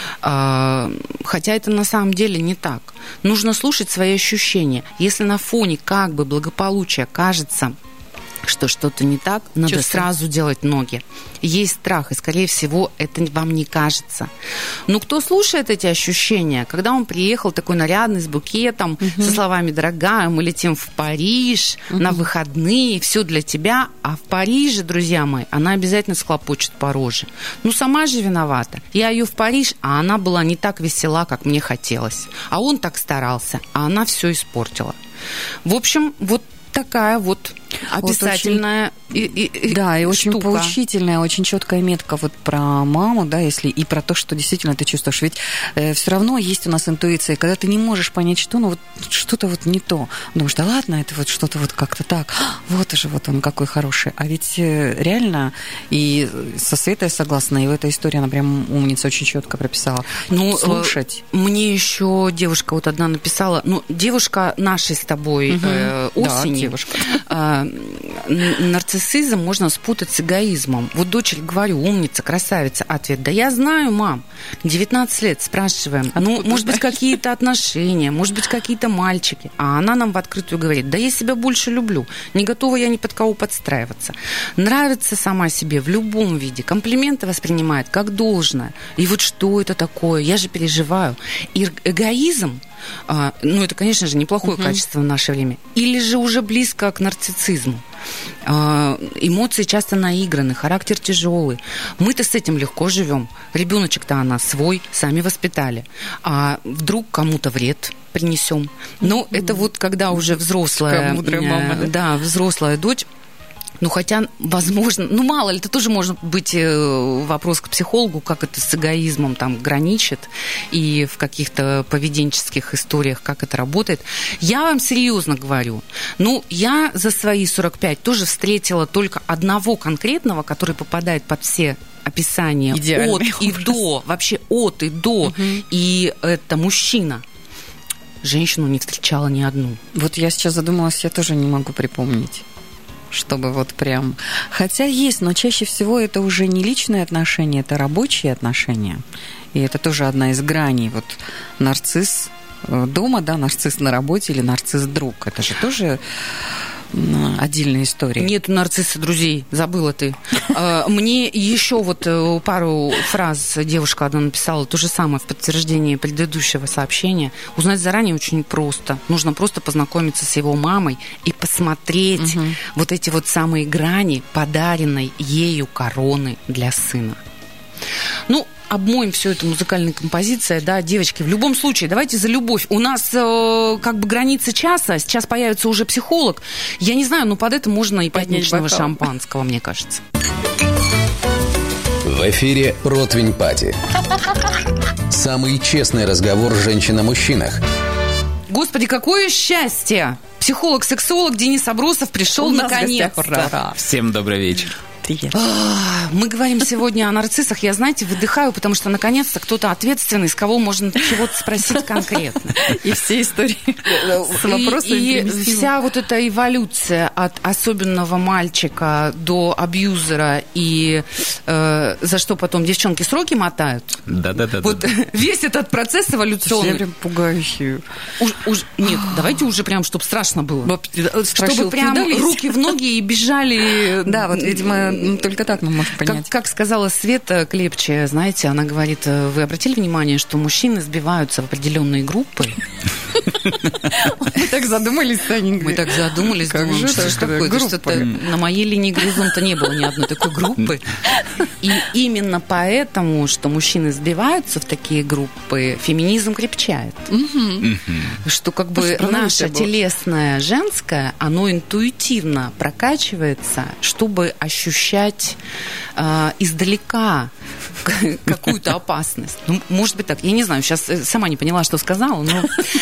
Хотя это на самом деле не так. Нужно слушать свои ощущения. Если на фоне как бы благополучия кажется, что что-то не так, надо Чувствую. сразу делать ноги. Есть страх, и, скорее всего, это вам не кажется. Но кто слушает эти ощущения, когда он приехал такой нарядный, с букетом, угу. со словами «Дорогая, мы летим в Париж угу. на выходные, все для тебя», а в Париже, друзья мои, она обязательно схлопочет по роже. Ну, сама же виновата. Я ее в Париж, а она была не так весела, как мне хотелось. А он так старался, а она все испортила. В общем, вот такая вот описательная вот очень, и, и, да, и штука. Очень поучительная, очень четкая метка вот про маму, да, если и про то, что действительно ты чувствуешь. Ведь э, все равно есть у нас интуиция, когда ты не можешь понять, что, ну вот что-то вот не то. Думаешь, да ладно, это вот что-то вот как-то так. Вот уже вот он какой хороший. А ведь э, реально, и со Светой согласна, и в этой истории она прям умница очень четко прописала. Ну, слушать. Э, мне еще девушка вот одна написала, ну, девушка нашей с тобой угу. э, осени. Да, девушка. Э, нарциссизм можно спутать с эгоизмом. Вот дочери, говорю, умница, красавица. Ответ: да я знаю, мам. девятнадцать лет, спрашиваем. Откуда ну, может быть, какие-то отношения, может быть, какие-то мальчики. А она нам в открытую говорит: да я себя больше люблю. Не готова я ни под кого подстраиваться. Нравится сама себе в любом виде. Комплименты воспринимает как должное. И вот что это такое? Я же переживаю. И эгоизм, а, ну, это, конечно же, неплохое uh-huh. качество в наше время. Или же уже близко к нарциссизму. А, эмоции часто наиграны, характер тяжелый. Мы-то с этим легко живем. Ребеночек-то она свой, сами воспитали. А вдруг кому-то вред принесем? Но uh-huh. это вот когда уже взрослая, мама, да? Да, взрослая дочь. Ну, хотя, возможно, ну, мало ли, это тоже может быть вопрос к психологу, как это с эгоизмом там граничит, и в каких-то поведенческих историях, как это работает. Я вам серьезно говорю, ну, я за свои сорок пять тоже встретила только одного конкретного, который попадает под все описания идеальный от образ. И до, вообще от и до, угу. и это мужчина. Женщину не встречала ни одну. Вот я сейчас задумалась, я тоже не могу припомнить. чтобы вот прям... Хотя есть, но чаще всего это уже не личные отношения, это рабочие отношения. И это тоже одна из граней. Вот нарцисс дома, да, нарцисс на работе или нарцисс-друг. Это же тоже отдельная история. Нет у нарцисса друзей, забыла ты. Мне еще вот пару фраз девушка одна написала, то же самое в подтверждении предыдущего сообщения. Узнать заранее очень просто. Нужно просто познакомиться с его мамой и посмотреть угу. вот эти вот самые грани подаренной ею короны для сына. Ну, обмоем все это музыкальной композицией, да, девочки, в любом случае, давайте за любовь. У нас э, как бы граница часа, сейчас появится уже психолог. Я не знаю, но под это можно и пятничного шампанского, мне кажется. В эфире «Противень Пати». Самый честный разговор женщин о мужчинах. Господи, какое счастье! Психолог-сексолог Денис Абросов пришел наконец-то. Всем добрый вечер. Привет. Мы говорим сегодня о нарциссах. Я, знаете, выдыхаю, потому что наконец-то кто-то ответственный, с кого можно чего-то спросить конкретно. И все истории с вопросами. И вся вот эта эволюция от особенного мальчика до абьюзера, и за что потом девчонки сроки мотают. Да-да-да. Вот весь этот процесс эволюционный. Я прям пугающий. Нет, давайте уже прям, чтобы страшно было. Чтобы прям руки в ноги и бежали. Да, вот, видимо, только так мы можем понять. Как, как сказала Света Клепче, знаете, она говорит, вы обратили внимание, что мужчины сбиваются в определенные группы? Мы так задумались, Саненька. Мы так задумались, думаем, что ж такое? Что-то на моей линии горизонта не было ни одной такой группы. И именно поэтому, что мужчины сбиваются в такие группы, феминизм крепчает. Что как бы наше телесное женское, оно интуитивно прокачивается, чтобы ощущать э, издалека какую-то опасность. Ну, может быть так. Я не знаю, сейчас сама не поняла, что сказала, но...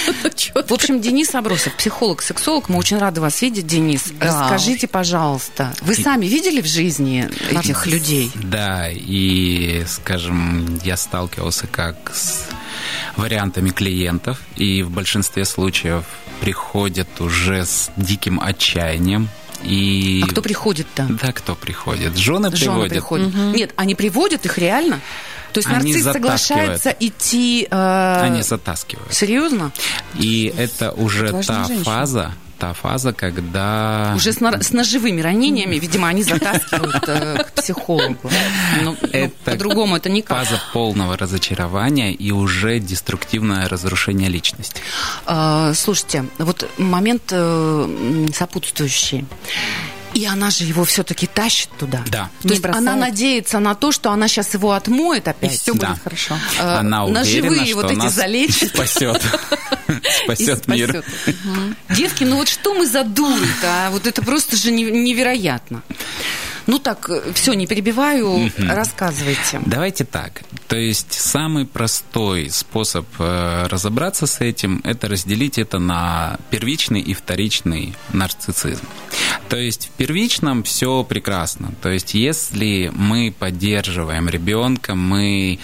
В общем, Денис Абросов, психолог-сексолог. Мы очень рады вас видеть, Денис. Расскажите, пожалуйста, вы сами видели в жизни этих людей? Да, и, скажем, я сталкивался как с вариантами клиентов, и в большинстве случаев приходят уже с диким отчаянием. И... А кто приходит-то? Да, кто приходит? Жены, Жены приводят. приходят. Угу. Нет, они приводят их реально? То есть они нарцисс соглашается идти... Э... Они затаскивают. Серьезно? И это уже это та женщина. фаза, та фаза, когда... Уже с, на... с ножевыми ранениями, видимо, они затаскивают э, к психологу. Но, это но по-другому это никак. Фаза полного разочарования и уже деструктивное разрушение личности. Э, слушайте, вот момент э, сопутствующий. И она же его все-таки тащит туда. Да. То есть она надеется на то, что она сейчас его отмоет опять. И все да. будет хорошо. Она уверена, ножевые что вот эти нас залечит. Спасет. Спасет мир. Девки, ну вот что мы за дуры-то? А? Вот это просто же невероятно. Ну так, все, не перебиваю, mm-hmm. рассказывайте. Давайте так. То есть самый простой способ э, разобраться с этим – это разделить это на первичный и вторичный нарциссизм. То есть в первичном все прекрасно. То есть если мы поддерживаем ребенка, мы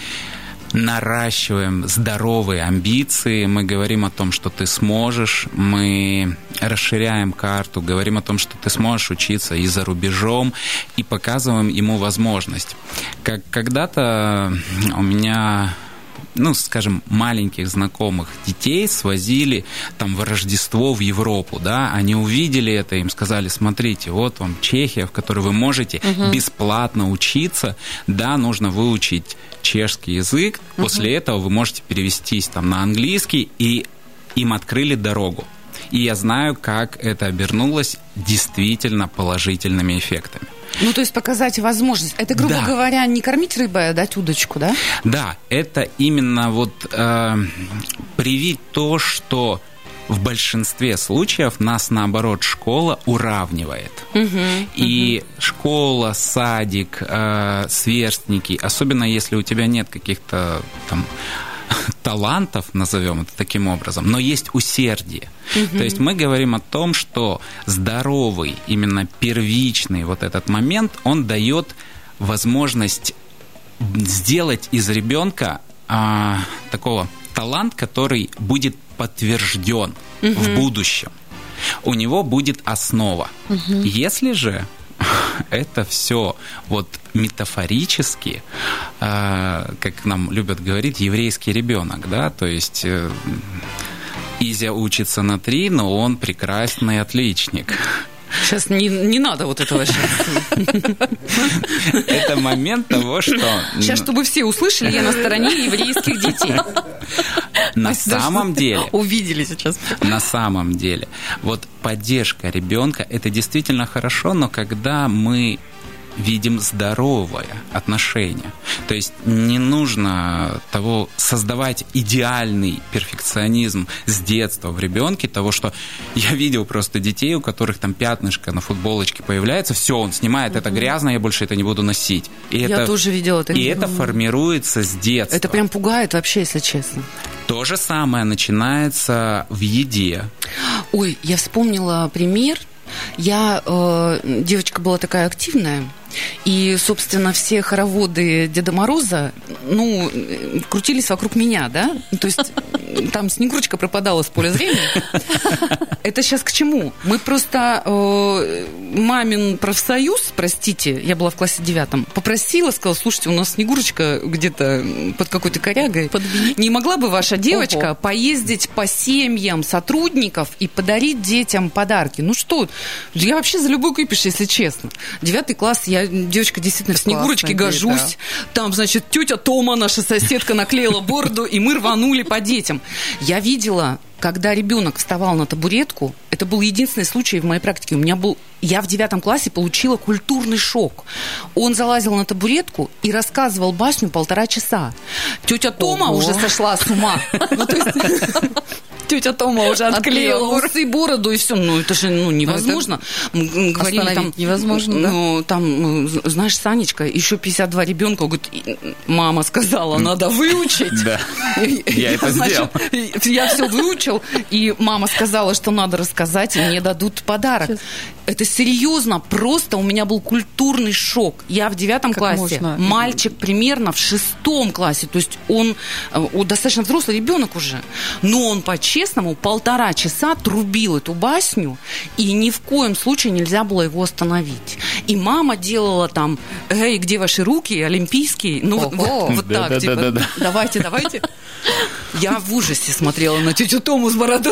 наращиваем здоровые амбиции, мы говорим о том, что ты сможешь, мы расширяем карту, говорим о том, что ты сможешь учиться и за рубежом, и показываем ему возможность. Как когда-то у меня... ну, скажем, маленьких знакомых детей свозили там в Рождество в Европу, да, они увидели это, им сказали, смотрите, вот вам Чехия, в которой вы можете угу. бесплатно учиться, да, нужно выучить чешский язык, угу. после этого вы можете перевестись там на английский, и им открыли дорогу. И я знаю, как это обернулось действительно положительными эффектами. Ну, то есть показать возможность. Это, грубо да. говоря, не кормить рыбой, а дать удочку, да? Да, это именно вот э, привить то, что в большинстве случаев нас, наоборот, школа уравнивает. Угу, и угу. школа, садик, э, сверстники, особенно если у тебя нет каких-то там... талантов, назовем это таким образом, но есть усердие. Mm-hmm. То есть мы говорим о том, что здоровый, именно первичный вот этот момент, он дает возможность сделать из ребенка а, такого талант, который будет подтвержден mm-hmm. в будущем. у него будет основа. Угу. Если же это все вот метафорически, э, как нам любят говорить, еврейский ребенок, да, то есть э, Изя учится на три, но он прекрасный отличник. Сейчас не, не надо вот этого сейчас. Это момент того, что... Сейчас, чтобы все услышали, я на стороне еврейских детей. На самом деле... Увидели сейчас. На самом деле. Вот поддержка ребенка, это действительно хорошо, но когда мы видим здоровое отношение. То есть не нужно того создавать идеальный перфекционизм с детства в ребенке, того, что я видел просто детей, у которых там пятнышко на футболочке появляется, все, он снимает, это грязно, я больше это не буду носить. И я это, тоже видела это. И это формируется с детства. Это прям пугает вообще, если честно. То же самое начинается в еде. Ой, я вспомнила пример. Я, э, девочка была такая активная, и, собственно, все хороводы Деда Мороза, ну, крутились вокруг меня, да? То есть там Снегурочка пропадала с поля зрения. Это сейчас к чему? Мы просто э, мамин профсоюз, простите, я была в классе девятом, попросила, сказала, слушайте, у нас Снегурочка где-то под какой-то корягой. Подвинить. Не могла бы ваша девочка Ого. поездить по семьям сотрудников и подарить детям подарки? Ну что, я вообще за любой кипиш, если честно. Девятый класс, я девочка действительно в Снегурочке гожусь. Да. Там, значит, тетя Тома, наша соседка, наклеила бороду, и мы рванули по детям. Я видела, когда ребенок вставал на табуретку, это был единственный случай в моей практике. У меня был, я в девятом классе получила культурный шок. Он залазил на табуретку и рассказывал басню полтора часа. Тетя Тома Ого. уже сошла с ума. Ну, то есть... Тетя Тома уже отклеила усы, бороду и все. Ну, это же ну, невозможно. Мы говорили, там, невозможно, ну, да? Там, знаешь, Санечка, еще пятьдесят два ребенка. Говорит, мама сказала, надо выучить. Да, я это сделал. Я все выучил, и мама сказала, что надо рассказать, и мне дадут подарок. Это серьезно, просто у меня был культурный шок. Я в девятом классе, мальчик примерно в шестом классе, то есть он достаточно взрослый ребенок уже, но он по-честному полтора часа трубил эту басню, и ни в коем случае нельзя было его остановить. И мама делала там, эй, где ваши руки, олимпийские, ну вот, вот, вот да, так, да, типа, да, да, да. давайте, давайте. Я в ужасе смотрела на тетю Тому с бородой.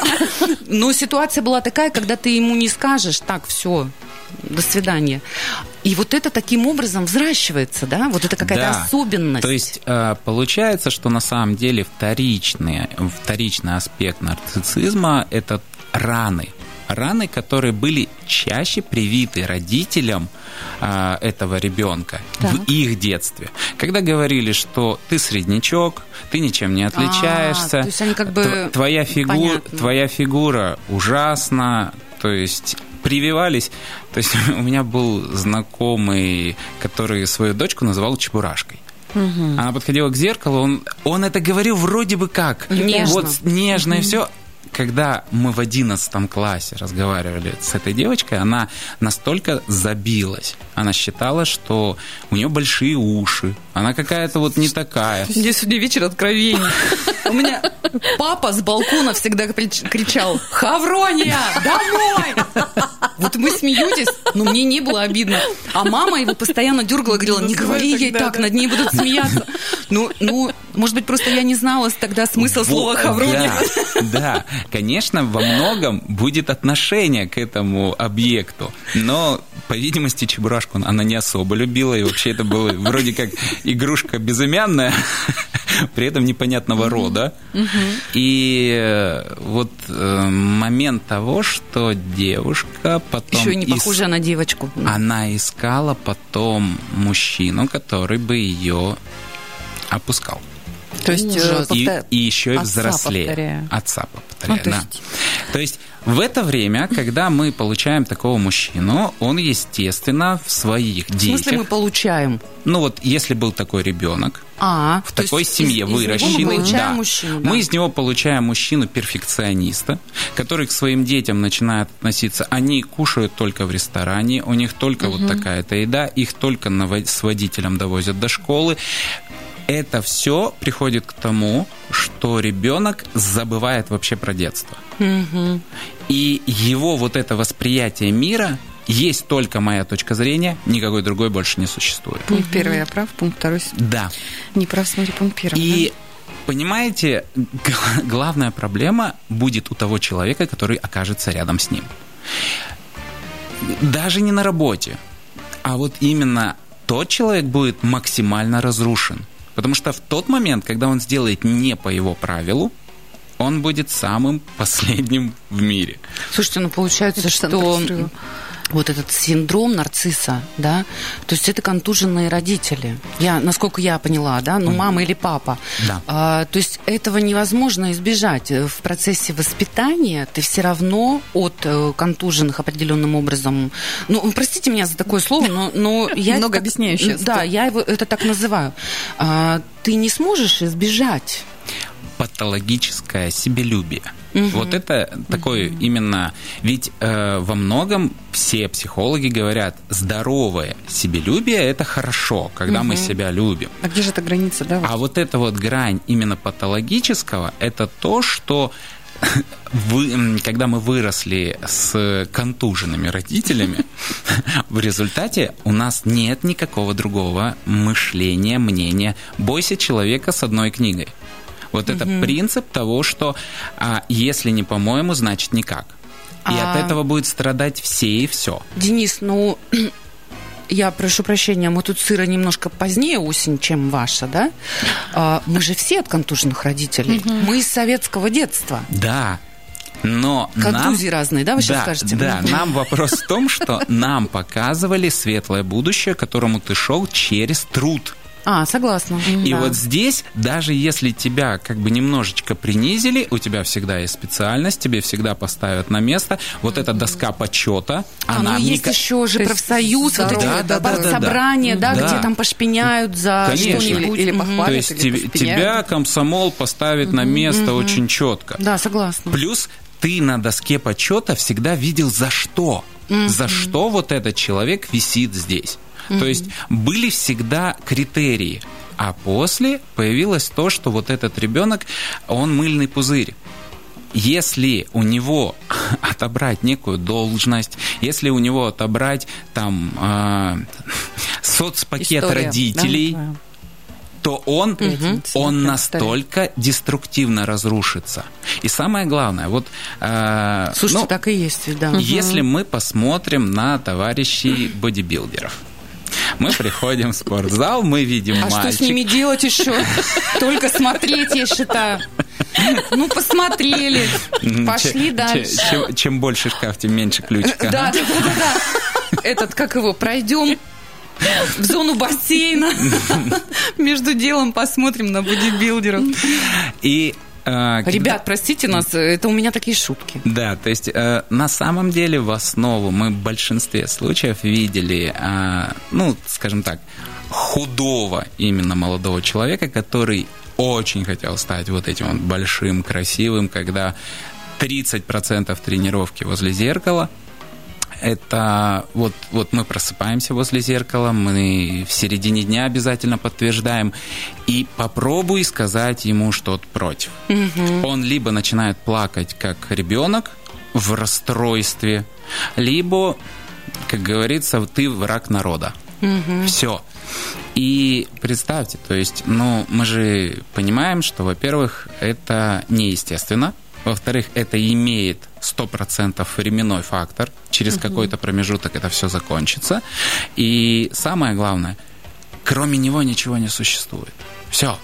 Но ситуация была такая, когда ты ему не скажешь, так, все, до свидания. И вот это таким образом взращивается, да? Вот это какая-то да. особенность. То есть получается, что на самом деле вторичный, вторичный аспект нарциссизма – это раны. Раны, которые были чаще привиты родителям а, этого ребенка так. в их детстве. Когда говорили, что ты среднячок, ты ничем не отличаешься, а, то есть они как бы... твоя, фигу... твоя фигура ужасна, то есть прививались. То есть у меня был знакомый, который свою дочку называл Чебурашкой. Угу. Она подходила к зеркалу, он, он это говорил вроде бы как. Нежно. Вот нежно угу. и все. Когда мы в одиннадцатом классе разговаривали с этой девочкой, она настолько забилась. Она считала, что у нее большие уши. Она какая-то вот не такая. Мне сегодня вечер откровений. У меня папа с балкона всегда кричал: «Хаврония, домой!» Вот мы смеетесь, но мне не было обидно. А мама его постоянно дергала, говорила: «Не говори ей так, над ней будут смеяться». Ну, ну, может быть, просто я не знала тогда смысла слова «хаврония». Да, да, конечно, во многом будет отношение к этому объекту, но, по видимости, Чебурашку она не особо любила, и вообще это было вроде как игрушка безымянная, при этом непонятного рода. И вот момент того, что девушка потом... Еще и не похожа на девочку. Она искала потом мужчину, который бы ее опускал. То есть и, повтор... и еще и взрослее. Повторяю. Отца повторяю. Ну, то, да. есть... то есть в это время, когда мы получаем такого мужчину, он, естественно, в своих детях... В смысле мы получаем? Ну вот, если был такой ребенок, а, в такой семье из, выращенный, из него мы получаем да, мужчину, да. мы из него получаем мужчину-перфекциониста, который к своим детям начинает относиться, они кушают только в ресторане, у них только угу. вот такая-то еда, их только с водителем довозят до школы. это все приходит к тому, что ребенок забывает вообще про детство. Угу. И его вот это восприятие мира есть только моя точка зрения, никакой другой больше не существует. Пункт первый я прав, пункт второй. Да. Не прав, смотри, пункт первый. И да? понимаете, главная проблема будет у того человека, который окажется рядом с ним. Даже не на работе, а вот именно тот человек будет максимально разрушен. Потому что в тот момент, когда он сделает не по его правилу, он будет самым последним в мире. Слушайте, ну получается, что вот этот синдром нарцисса, да, то есть это контуженные родители. Я, насколько я поняла, да, ну мама или папа. Да. А, то есть этого невозможно избежать. В процессе воспитания ты все равно от контуженных определенным образом. Ну, простите меня за такое слово, но, но я много объясняющее. Да, я его это так называю. А, ты не сможешь избежать. Патологическое себелюбие. Угу. Вот это такое угу. именно... Ведь э, во многом все психологи говорят, здоровое себелюбие – это хорошо, когда угу. мы себя любим. А где же эта граница, да? Вот? А вот эта вот грань именно патологического – это то, что вы, когда мы выросли с контуженными родителями, в результате у нас нет никакого другого мышления, мнения. Бойся человека с одной книгой. Вот это угу. принцип того, что а, если не по-моему, значит никак. И а... от этого будет страдать все и все. Денис, ну, я прошу прощения, мы тут сыра немножко позднее осень, чем ваша, да? А, мы же все от контуженных родителей. Угу. Мы из советского детства. Да. Но контузии нам... разные, да, вы сейчас да, скажете? Да, нам вопрос в том, что нам показывали светлое будущее, к которому ты шел через труд. А, согласна. И да. вот здесь, даже если тебя как бы немножечко принизили, у тебя всегда есть специальность, тебе всегда поставят на место. Вот эта доска почета, а, она... ну есть никак... еще же профсоюз, вот эти да, да, партсобрания, да, да, да, да, где там пошпиняют за Конечно. что-нибудь. Или похвалят, То есть или тебе, тебя комсомол поставит mm-hmm. на место mm-hmm. очень четко. Да, согласна. Плюс ты на доске почета всегда видел, за что. Mm-hmm. За что вот этот человек висит здесь. Mm-hmm. То есть были всегда критерии, а после появилось то, что вот этот ребенок, он мыльный пузырь. Если у него отобрать некую должность, если у него отобрать там э, соцпакет История, родителей, да? то он, угу. он настолько деструктивно разрушится. И самое главное, вот... Э, Слушайте, ну, так и есть, да. Если угу. мы посмотрим на товарищей бодибилдеров, мы приходим в спортзал, мы видим а мальчик. А что с ними делать еще? Только смотреть, я считаю. Ну, посмотрели, пошли чем, дальше. Чем, чем больше шкаф, тем меньше ключика. Да, да, да, да. Этот, как его, пройдем в зону бассейна. Между делом посмотрим на бодибилдеров. И Ребят, когда... простите нас, это у меня такие шутки. Да, то есть э, на самом деле в основу мы в большинстве случаев видели, э, ну, скажем так, худого именно молодого человека, который очень хотел стать вот этим вот большим, красивым, когда тридцать процентов тренировки возле зеркала. Это вот, вот мы просыпаемся возле зеркала, мы в середине дня обязательно подтверждаем, и попробуй сказать ему что-то против. Угу. Он либо начинает плакать, как ребенок, в расстройстве, либо, как говорится, ты враг народа. Угу. Все. И представьте, то есть, ну, мы же понимаем, что, во-первых, это неестественно. Во-вторых, это имеет сто процентов временной фактор. Через угу. какой-то промежуток это все закончится. И самое главное, кроме него ничего не существует. Все.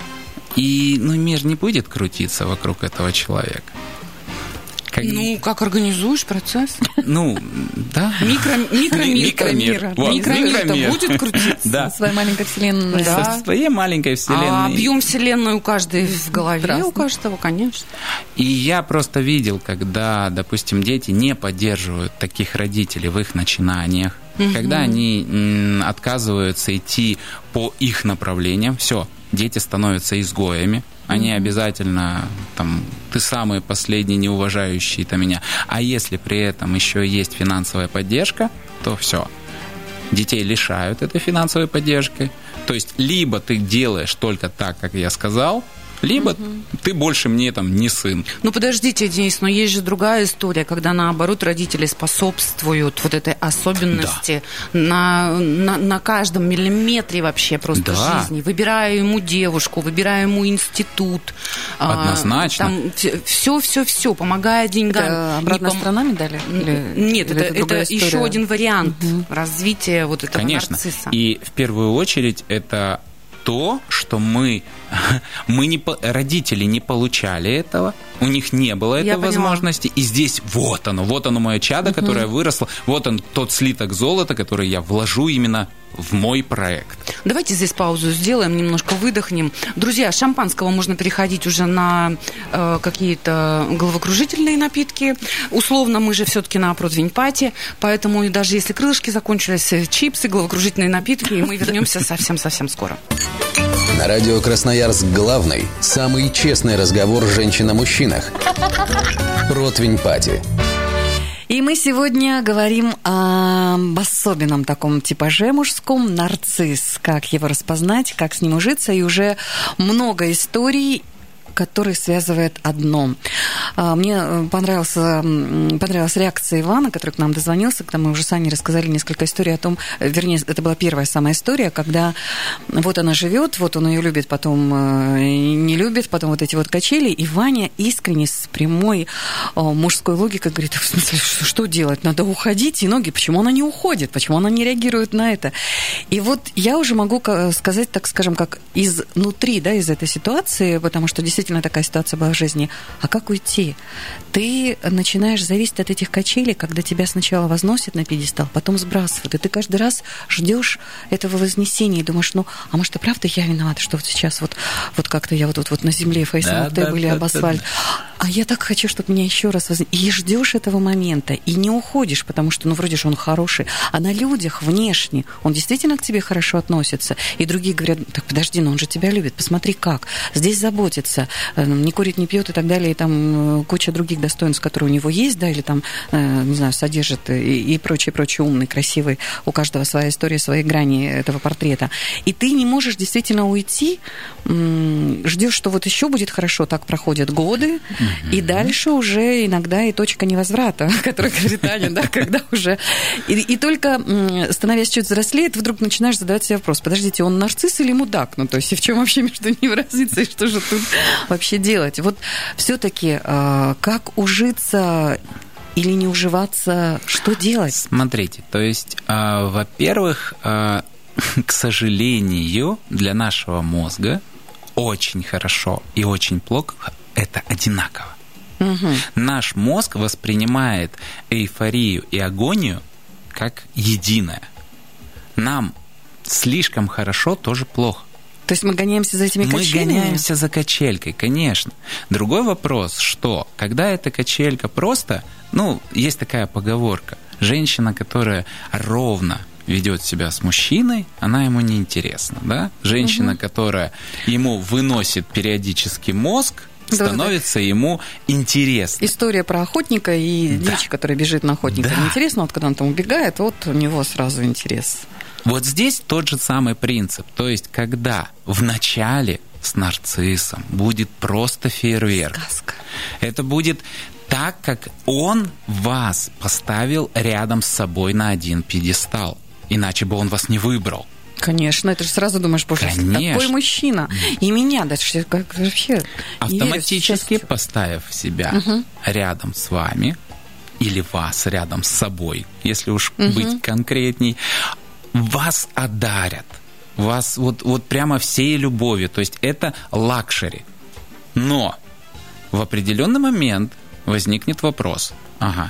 И ну, мир не будет крутиться вокруг этого человека. Как... Ну, как организуешь процесс? Ну, да. Микро, микромир. Микромир. Вот, Микромир-то микромир. Будет крутиться. Да. Своей маленькой вселенной. Да. Со своей маленькой вселенной. А объем вселенной у каждой в голове, Красный. У каждого, конечно. И я просто видел, когда, допустим, дети не поддерживают таких родителей в их начинаниях, угу. когда они м, отказываются идти по их направлениям, все, дети становятся изгоями. Они обязательно, там, ты самый последний, неуважающий-то меня. А если при этом еще есть финансовая поддержка, то все. Детей лишают этой финансовой поддержки, То есть либо ты делаешь только так, как я сказал, либо угу. ты больше мне там не сын. Ну, подождите, Денис, но есть же другая история, когда, наоборот, родители способствуют вот этой особенности да. на, на, на каждом миллиметре вообще просто да. жизни. Выбираю ему девушку, выбираю ему институт. Однозначно. Там все-все-все, помогая деньгам. Это обратная пом... сторона медали? Или, Нет, или это, это еще один вариант угу. развития вот этого Конечно. нарцисса. И в первую очередь это то, что мы, мы не, родители не получали этого, у них не было этой Я возможности, поняла. И здесь вот оно, вот оно мое чадо, угу. которое выросло, вот он тот слиток золота, который я вложу именно в мой проект. Давайте здесь паузу сделаем, немножко выдохнем. Друзья, с шампанского можно переходить уже на э, какие-то головокружительные напитки. Условно мы же все-таки на противень-пати, поэтому и даже если крылышки закончились, чипсы, головокружительные напитки, и мы вернемся совсем-совсем скоро. На радио «Красноярск» главный, самый честный разговор женщин о мужчинах. Противень-пати. И мы сегодня говорим об особенном таком типаже мужском, нарцисс. Как его распознать, как с ним ужиться. И уже много историй, который связывает одно. Мне понравился, понравилась реакция Ивана, который к нам дозвонился, когда мы уже с Аней рассказали несколько историй о том, вернее, это была первая самая история, когда вот она живет, вот он ее любит, потом не любит, потом вот эти вот качели, и Ваня искренне с прямой мужской логикой говорит: в смысле, что делать? Надо уходить, и ноги, почему она не уходит, почему она не реагирует на это? И вот я уже могу сказать, так скажем, как изнутри, да, из этой ситуации, потому что действительно такая ситуация была в жизни. А как уйти? Ты начинаешь зависеть от этих качелей, когда тебя сначала возносят на пьедестал, потом сбрасывают. И ты каждый раз ждешь этого вознесения и думаешь, ну, а может, и правда я виновата, что вот сейчас вот, вот как-то я вот, вот, вот на земле фейсом да, да, были да, об асфальт. Да, да. А я так хочу, чтобы меня еще раз вознесли. И ждешь этого момента, и не уходишь, потому что, ну, вроде же он хороший. А на людях внешне он действительно к тебе хорошо относится. И другие говорят: так подожди, но он же тебя любит, посмотри как. Здесь заботится, не курит, не пьет и так далее, и там куча других достоинств, которые у него есть, да, или там, не знаю, содержит и, и прочее, прочее, умный, красивый. У каждого своя история, свои грани этого портрета. И ты не можешь действительно уйти, ждешь, что вот еще будет хорошо. Так проходят годы, mm-hmm. и дальше уже иногда и точка невозврата, о которой говорит Аня, да, когда уже... И, и только становясь чуть взрослее, ты вдруг начинаешь задавать себе вопрос: подождите, он нарцисс или мудак? Ну, то есть, и в чем вообще между ними разница, и что же тут вообще делать? Вот все-таки как ужиться или не уживаться, что делать? Смотрите, то есть, э, во-первых, э, к сожалению, для нашего мозга очень хорошо и очень плохо это одинаково. Угу. Наш мозг воспринимает эйфорию и агонию как единое. Нам слишком хорошо тоже плохо. То есть мы гоняемся за этими качелями? Мы гоняемся за качелькой, конечно. Другой вопрос, что когда эта качелька просто... Ну, есть такая поговорка. Женщина, которая ровно ведет себя с мужчиной, она ему не интересна, да? Женщина, угу. которая ему выносит периодически мозг, становится да, да. ему интересно. История про охотника и да. дичь, которая бежит на охотника. Да. Интересно, вот когда он там убегает, вот у него сразу интерес. Вот здесь тот же самый принцип. То есть, когда в начале с нарциссом будет просто фейерверк. Сказка. Это будет так, как он вас поставил рядом с собой на один пьедестал. Иначе бы он вас не выбрал. Конечно, это же сразу думаешь: боже, какой мужчина. И меня даже как вообще... Автоматически поставив себя угу. рядом с вами, или вас рядом с собой, если уж угу. быть конкретней, вас одарят. Вас вот, вот прямо всей любовью. То есть это лакшери. Но в определенный момент возникнет вопрос: ага,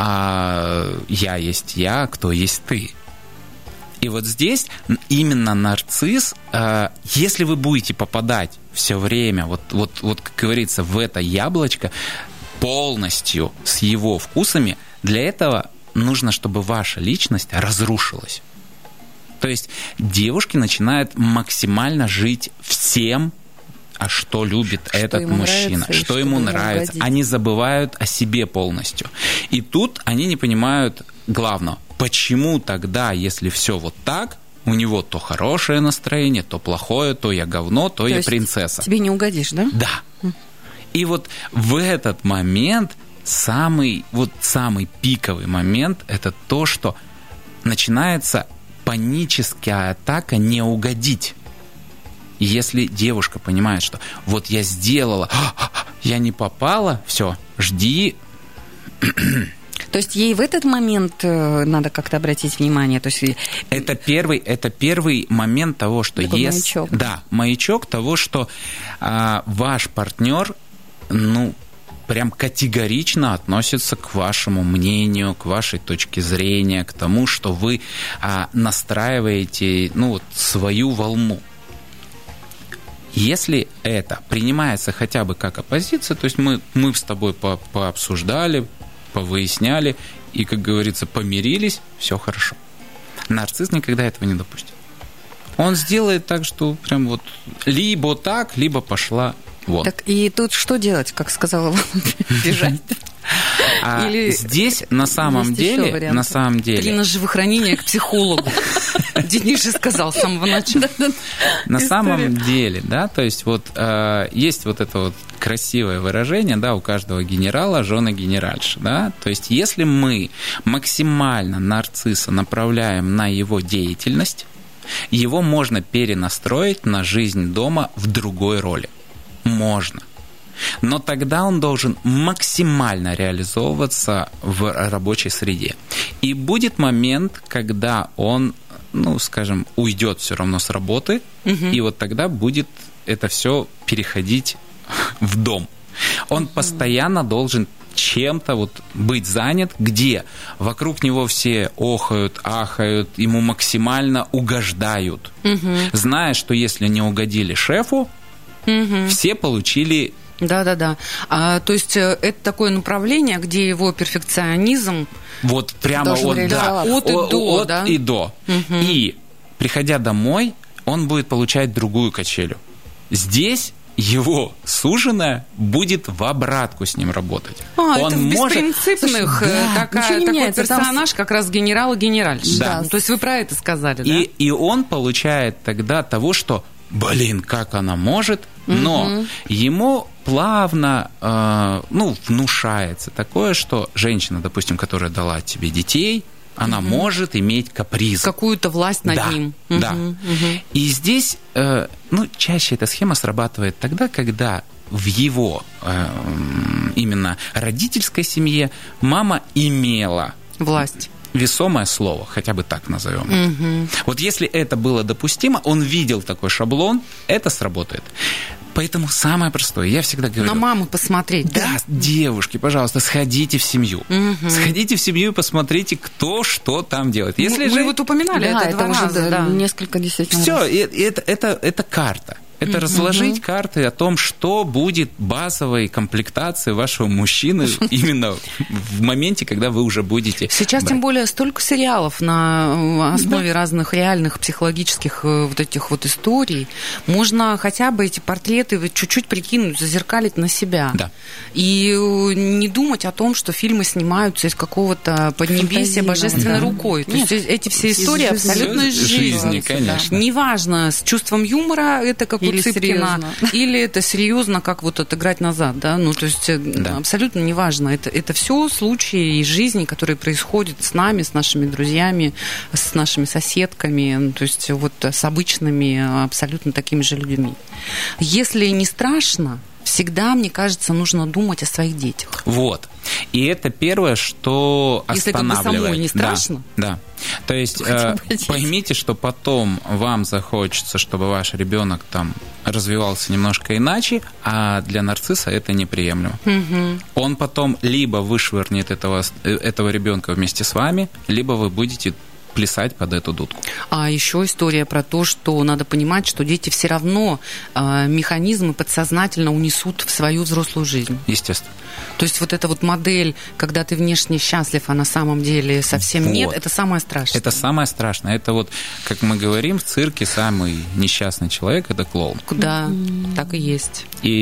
а я есть я, кто есть ты? И вот здесь именно нарцисс, если вы будете попадать все время, вот, вот, вот как говорится, в это яблочко полностью с его вкусами, для этого нужно, чтобы ваша личность разрушилась. То есть девушки начинают максимально жить всем, а что любит что этот мужчина, нравится, что ему нравится. Угодить. Они забывают о себе полностью. И тут они не понимают главного. Почему тогда, если все вот так, у него то хорошее настроение, то плохое, то я говно, то, то я принцесса. Тебе не угодишь, да? Да. И вот в этот момент самый, вот самый пиковый момент – это то, что начинается паническая атака не угодить. Если девушка понимает, что вот я сделала, я не попала, все, жди. То есть ей в этот момент надо как-то обратить внимание. То есть... это, первый, это первый момент того, что такой если... маячок. Да, маячок того, что а, ваш партнер, ну, прям категорично относится к вашему мнению, к вашей точке зрения, к тому, что вы а, настраиваете, ну, вот, свою волну. Если это принимается хотя бы как оппозиция, то есть мы, мы с тобой по, пообсуждали, повыясняли и, как говорится, помирились, все хорошо. Нарцисс никогда этого не допустит. Он сделает так, что прям вот либо так, либо пошла вон. Так и тут что делать, как сказала вам, бежать? А Или здесь на самом деле, на самом деле... Три на живохранение к психологу. Денис же сказал с самого начала. На самом деле, да, то есть вот э, есть вот это вот красивое выражение, да, у каждого генерала жены генеральши, да, то есть если мы максимально нарцисса направляем на его деятельность, его можно перенастроить на жизнь дома в другой роли. Можно. Но тогда он должен максимально реализовываться в рабочей среде. И будет момент, когда он, ну, скажем, уйдет все равно с работы, угу. и вот тогда будет это все переходить в дом. Он угу. постоянно должен чем-то вот быть занят, где вокруг него все охают, ахают, ему максимально угождают, угу. зная, что если не угодили шефу, угу. все получили... Да-да-да. А, то есть это такое направление, где его перфекционизм вот прямо от, да, от и о, до. От да? и до. Угу. И, приходя домой, он будет получать другую качелю. Здесь его суженая будет в обратку с ним работать. А, он это в может... беспринципных да, такая, такой меняется, персонаж, там... как раз генерал и генеральша. Да. То есть вы про это сказали, и, да? И он получает тогда того, что блин, как она может, но угу. ему плавно э, ну, внушается такое, что женщина, допустим, которая дала тебе детей, она угу. может иметь каприз. Какую-то власть над да, ним. Да. Угу. И здесь э, ну, чаще эта схема срабатывает тогда, когда в его э, именно родительской семье мама имела власть. Весомое слово, хотя бы так назовем это. Угу. Вот если это было допустимо, он видел такой шаблон, это сработает. Поэтому самое простое, я всегда говорю... На маму посмотреть, да? Да, девушки, пожалуйста, сходите в семью. Угу. Сходите в семью и посмотрите, кто что там делает. Если мы, же... мы вот упоминали да, это, это два уже раза, да. несколько действительно Все, раз. это, это, это карта. Это mm-hmm. разложить карты о том, что будет базовой комплектацией вашего мужчины именно в моменте, когда вы уже будете... Сейчас, брать. Тем более, столько сериалов на основе да. разных реальных психологических вот этих вот историй. Можно хотя бы эти портреты чуть-чуть прикинуть, зазеркалить на себя. Да. И не думать о том, что фильмы снимаются из какого-то поднебесья божественной да. рукой. То Нет. есть эти все истории из абсолютно из жизни. жизни конечно. Неважно, с чувством юмора это как или Цыпкина, серьезно. Или это серьезно, как вот отыграть назад, да, ну, то есть да. абсолютно неважно. Это, это все случаи из жизни, которые происходят с нами, с нашими друзьями, с нашими соседками, ну, то есть вот с обычными, абсолютно такими же людьми. Если не страшно, всегда, мне кажется, нужно думать о своих детях. Вот. И это первое, что Если останавливает. Если как бы самой не страшно. Да. да. То есть э, поймите, что потом вам захочется, чтобы ваш ребенок там развивался немножко иначе, а для нарцисса это неприемлемо. Угу. Он потом либо вышвырнет этого, этого ребенка вместе с вами, либо вы будете плясать под эту дудку. А еще история про то, что надо понимать, что дети все равно э, механизмы подсознательно унесут в свою взрослую жизнь. Естественно. То есть вот эта вот модель, когда ты внешне счастлив, а на самом деле совсем вот. Нет, это самое страшное. Это самое страшное. Это вот, как мы говорим, в цирке самый несчастный человек – это клоун. Да, mm-hmm. так и есть. И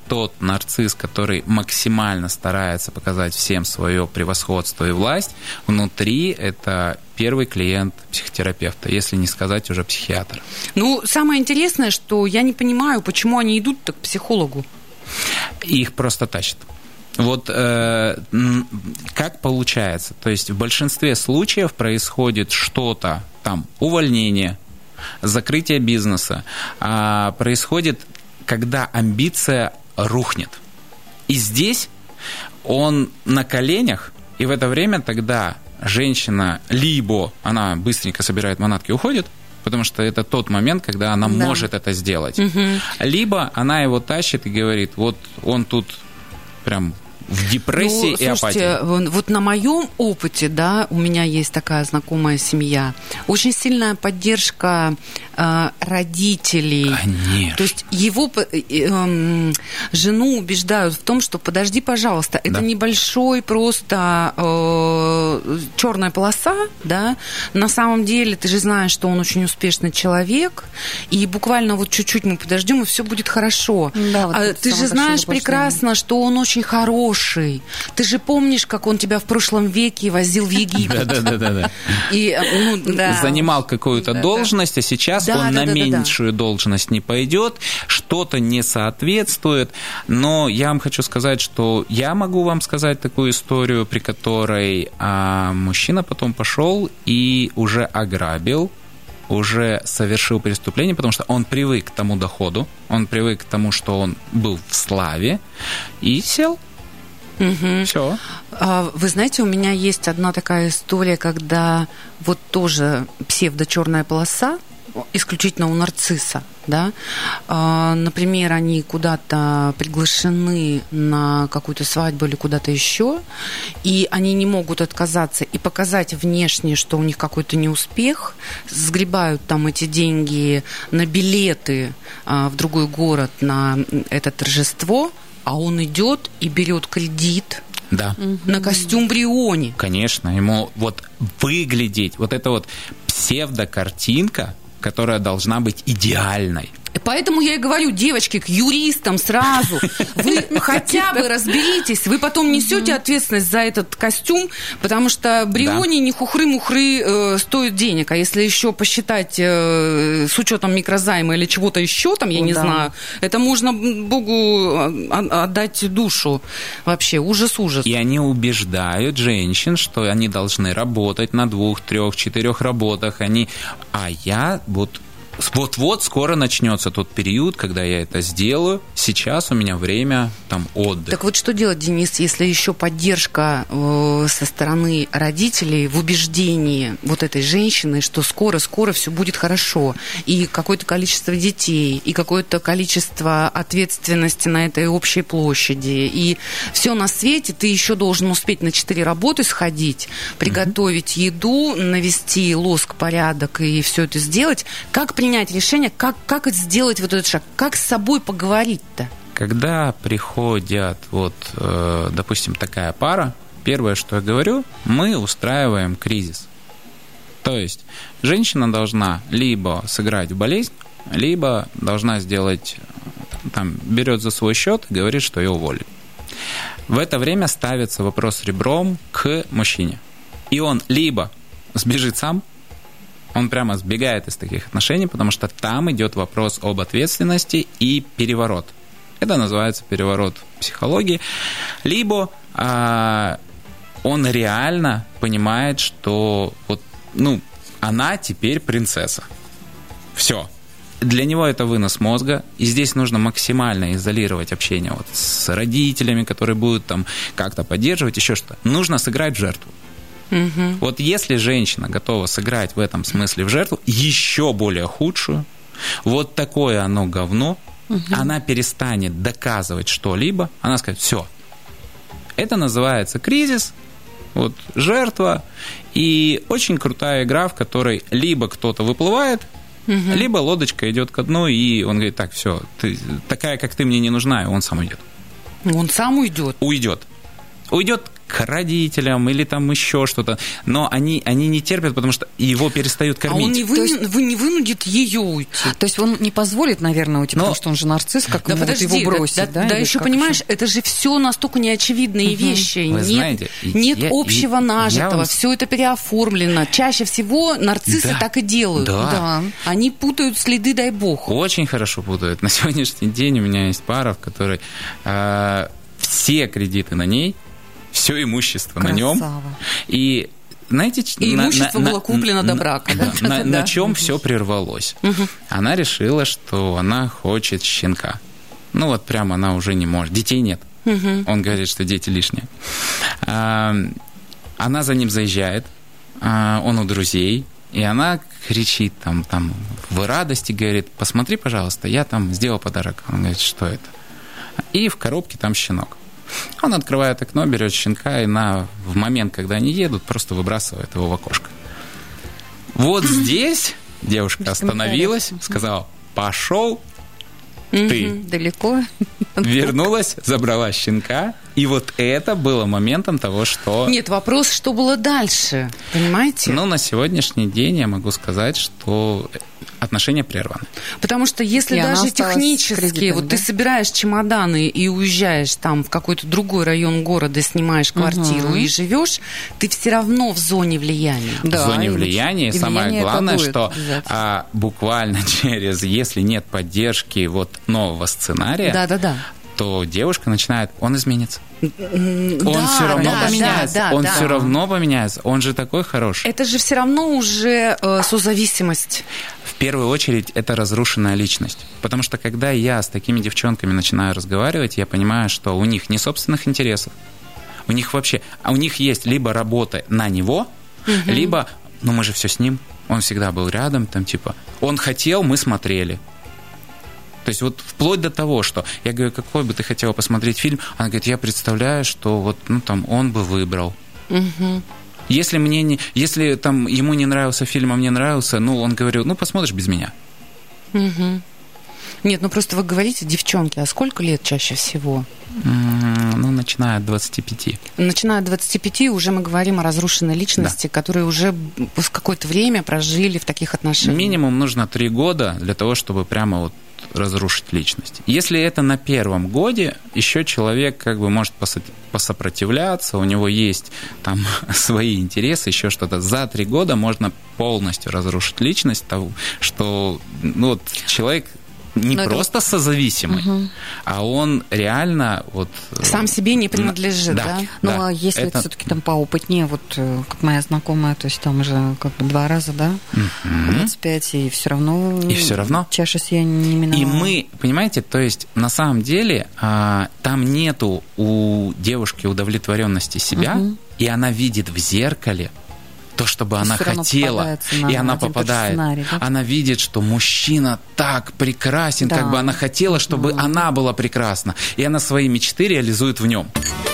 тот нарцисс, который максимально старается показать всем свое превосходство и власть, внутри это первый клиент психотерапевта, если не сказать уже психиатра. Ну, самое интересное, что я не понимаю, почему они идут так к психологу. Их просто тащат. Вот э, как получается? То есть в большинстве случаев происходит что-то, там, увольнение, закрытие бизнеса, а происходит, когда амбиция рухнет. И здесь он на коленях, и в это время тогда женщина либо она быстренько собирает манатки и уходит, потому что это тот момент, когда она да. может это сделать, угу. либо она его тащит и говорит, вот он тут прям в депрессии ну, и слушайте, апатии. Вот на моем опыте, да, у меня есть такая знакомая семья, очень сильная поддержка э, родителей. Конечно. То есть его э, э, жену убеждают в том, что подожди, пожалуйста, это да. небольшой просто э, черная полоса, да. На самом деле ты же знаешь, что он очень успешный человек, и буквально вот чуть-чуть мы подождем, и все будет хорошо. Да, вот а ты же знаешь прекрасно, что он очень хороший. Ты же помнишь, как он тебя в прошлом веке возил в Египет. Да-да-да. И, ну, да. Занимал какую-то да, должность, да. а сейчас да, он да, на да, меньшую да, да. должность не пойдет, что-то не соответствует. Но я вам хочу сказать, что я могу вам сказать такую историю, при которой а, мужчина потом пошел и уже ограбил, уже совершил преступление, потому что он привык к тому доходу, он привык к тому, что он был в славе, и сел. Угу. Все. Вы знаете, у меня есть одна такая история, когда вот тоже псевдо-черная полоса, исключительно у нарцисса, да, например, они куда-то приглашены на какую-то свадьбу или куда-то еще, и они не могут отказаться и показать внешне, что у них какой-то неуспех, сгребают там эти деньги на билеты в другой город на это торжество, а он идет и берет кредит да. на костюм Бриони. Конечно, ему вот выглядеть, вот эта вот псевдокартинка, которая должна быть идеальной. Поэтому я и говорю, девочки, к юристам сразу. Вы хотя бы разберитесь, вы потом несете ответственность за этот костюм, потому что Бриони да. не хухры-мухры э, стоят денег. А если еще посчитать э, с учетом микрозайма или чего-то еще, там, я О, не да. знаю, это можно Богу отдать душу. Вообще, ужас-ужас. И они убеждают женщин, что они должны работать на двух, трех, четырех работах. Они... А я вот... Вот-вот скоро начнется тот период, когда я это сделаю. Сейчас у меня время там отдыха. Так вот что делать, Денис, если еще поддержка э, со стороны родителей в убеждении вот этой женщины, что скоро-скоро все будет хорошо, и какое-то количество детей, и какое-то количество ответственности на этой общей площади, и все на свете, ты еще должен успеть на четыре работы сходить, приготовить mm-hmm. еду, навести лоск, порядок и все это сделать. Как принять решение, как, как сделать вот этот шаг, как с собой поговорить-то? Когда приходят, вот, э, допустим, такая пара, первое, что я говорю, мы устраиваем кризис. То есть женщина должна либо сыграть в болезнь, либо должна сделать, там, берет за свой счет и говорит, что ее уволили. В это время ставится вопрос ребром к мужчине. И он либо сбежит сам, он прямо сбегает из таких отношений, потому что там идет вопрос об ответственности и переворот. Это называется переворот психологии. Либо а, он реально понимает, что вот, ну, она теперь принцесса. Все. Для него это вынос мозга, и здесь нужно максимально изолировать общение вот с родителями, которые будут там как-то поддерживать, еще что-то. Нужно сыграть в жертву. Угу. Вот если женщина готова сыграть в этом смысле в жертву, еще более худшую, вот такое оно говно, угу. она перестанет доказывать что-либо, она скажет, все, это называется кризис, вот, жертва, и очень крутая игра, в которой либо кто-то выплывает, угу. либо лодочка идет ко дну, и он говорит, так, все, ты, такая, как ты, мне не нужна, и он сам уйдет. Он сам уйдет? Уйдет. Уйдет к родителям или там еще что-то, но они, они не терпят, потому что его перестают кормить. А он не, вы, есть... вы не вынудит ее уйти. То есть он не позволит, наверное, уйти, но... потому что он же нарцисс, как да могут подожди, его бросить, да? Да, да, да еще понимаешь, еще? Это же все настолько неочевидные угу. вещи. Вы нет знаете, нет я, общего я, нажитого, я вам... все это переоформлено. Чаще всего нарциссы да, так и делают. Да. Да. Они путают следы, дай бог. Очень хорошо путают. На сегодняшний день у меня есть пара, в которой э, все кредиты на ней, все имущество Красава. На нем. И знаете, и на, имущество на, было куплено на, до брака. Да, да? на, да. на чем все прервалось? Угу. Она решила, что она хочет щенка. Ну вот прям она уже не может. Детей нет. Угу. Он говорит, что дети лишние. А, она за ним заезжает. А, он у друзей. И она кричит там, там в радости, говорит, посмотри, пожалуйста, я там сделал подарок. Он говорит, что это? И в коробке там щенок. Он открывает окно, берет щенка и на, в момент, когда они едут, просто выбрасывает его в окошко. Вот здесь девушка остановилась, сказала, пошел ты. Далеко. Вернулась, забрала щенка. И вот это было моментом того, что... Нет, вопрос, что было дальше, понимаете? Ну, на сегодняшний день я могу сказать, что отношения прерваны. Потому что если и даже технически вот да? ты собираешь чемоданы и уезжаешь там в какой-то другой район города, снимаешь квартиру угу. и живешь, ты все равно в зоне влияния. Да, в зоне влияния. И самое влияние главное, что а, буквально через, если нет поддержки вот нового сценария, да, да, да. то девушка начинает, он изменится. Он да, все равно да, поменяется. Да, да, он да. все равно поменяется. Он же такой хороший. Это же все равно уже э, созависимость. В первую очередь, это разрушенная личность. Потому что, когда я с такими девчонками начинаю разговаривать, я понимаю, что у них не собственных интересов. У них вообще... А у них есть либо работа на него, угу. либо... Ну, мы же все с ним. Он всегда был рядом. Там, типа, он хотел, мы смотрели. То есть вот вплоть до того, что я говорю, какой бы ты хотела посмотреть фильм, она говорит, я представляю, что вот, ну, там, он бы выбрал. Угу. Если мне не, если там ему не нравился фильм, а мне нравился, ну, он говорил, ну, посмотришь без меня. Угу. Нет, ну просто вы говорите, девчонки, а сколько лет чаще всего? Ну, начиная от двадцати пяти. Начиная от двадцати пяти уже мы говорим о разрушенной личности, да. которые уже в какое-то время прожили в таких отношениях. Минимум нужно три года для того, чтобы прямо вот разрушить личность. Если это на первом годе, еще человек как бы может посопротивляться, у него есть там свои интересы, еще что-то. За три года можно полностью разрушить личность, того, что ну, вот человек не Но просто это... созависимый, угу. а он реально вот... Сам себе не принадлежит, да? да? да. Ну, а если это... все-таки там поопытнее, вот как моя знакомая, то есть там уже как бы два раза, да? Угу. двадцать пять, и все равно... И все равно. Чаша сия не миновала. И мы, понимаете, то есть на самом деле а, там нету у девушки удовлетворенности себя, угу. и она видит в зеркале то, чтобы она хотела, и она попадает. Да? Она видит, что мужчина так прекрасен, да. как бы она хотела, чтобы да. она была прекрасна. И она свои мечты реализует в нем.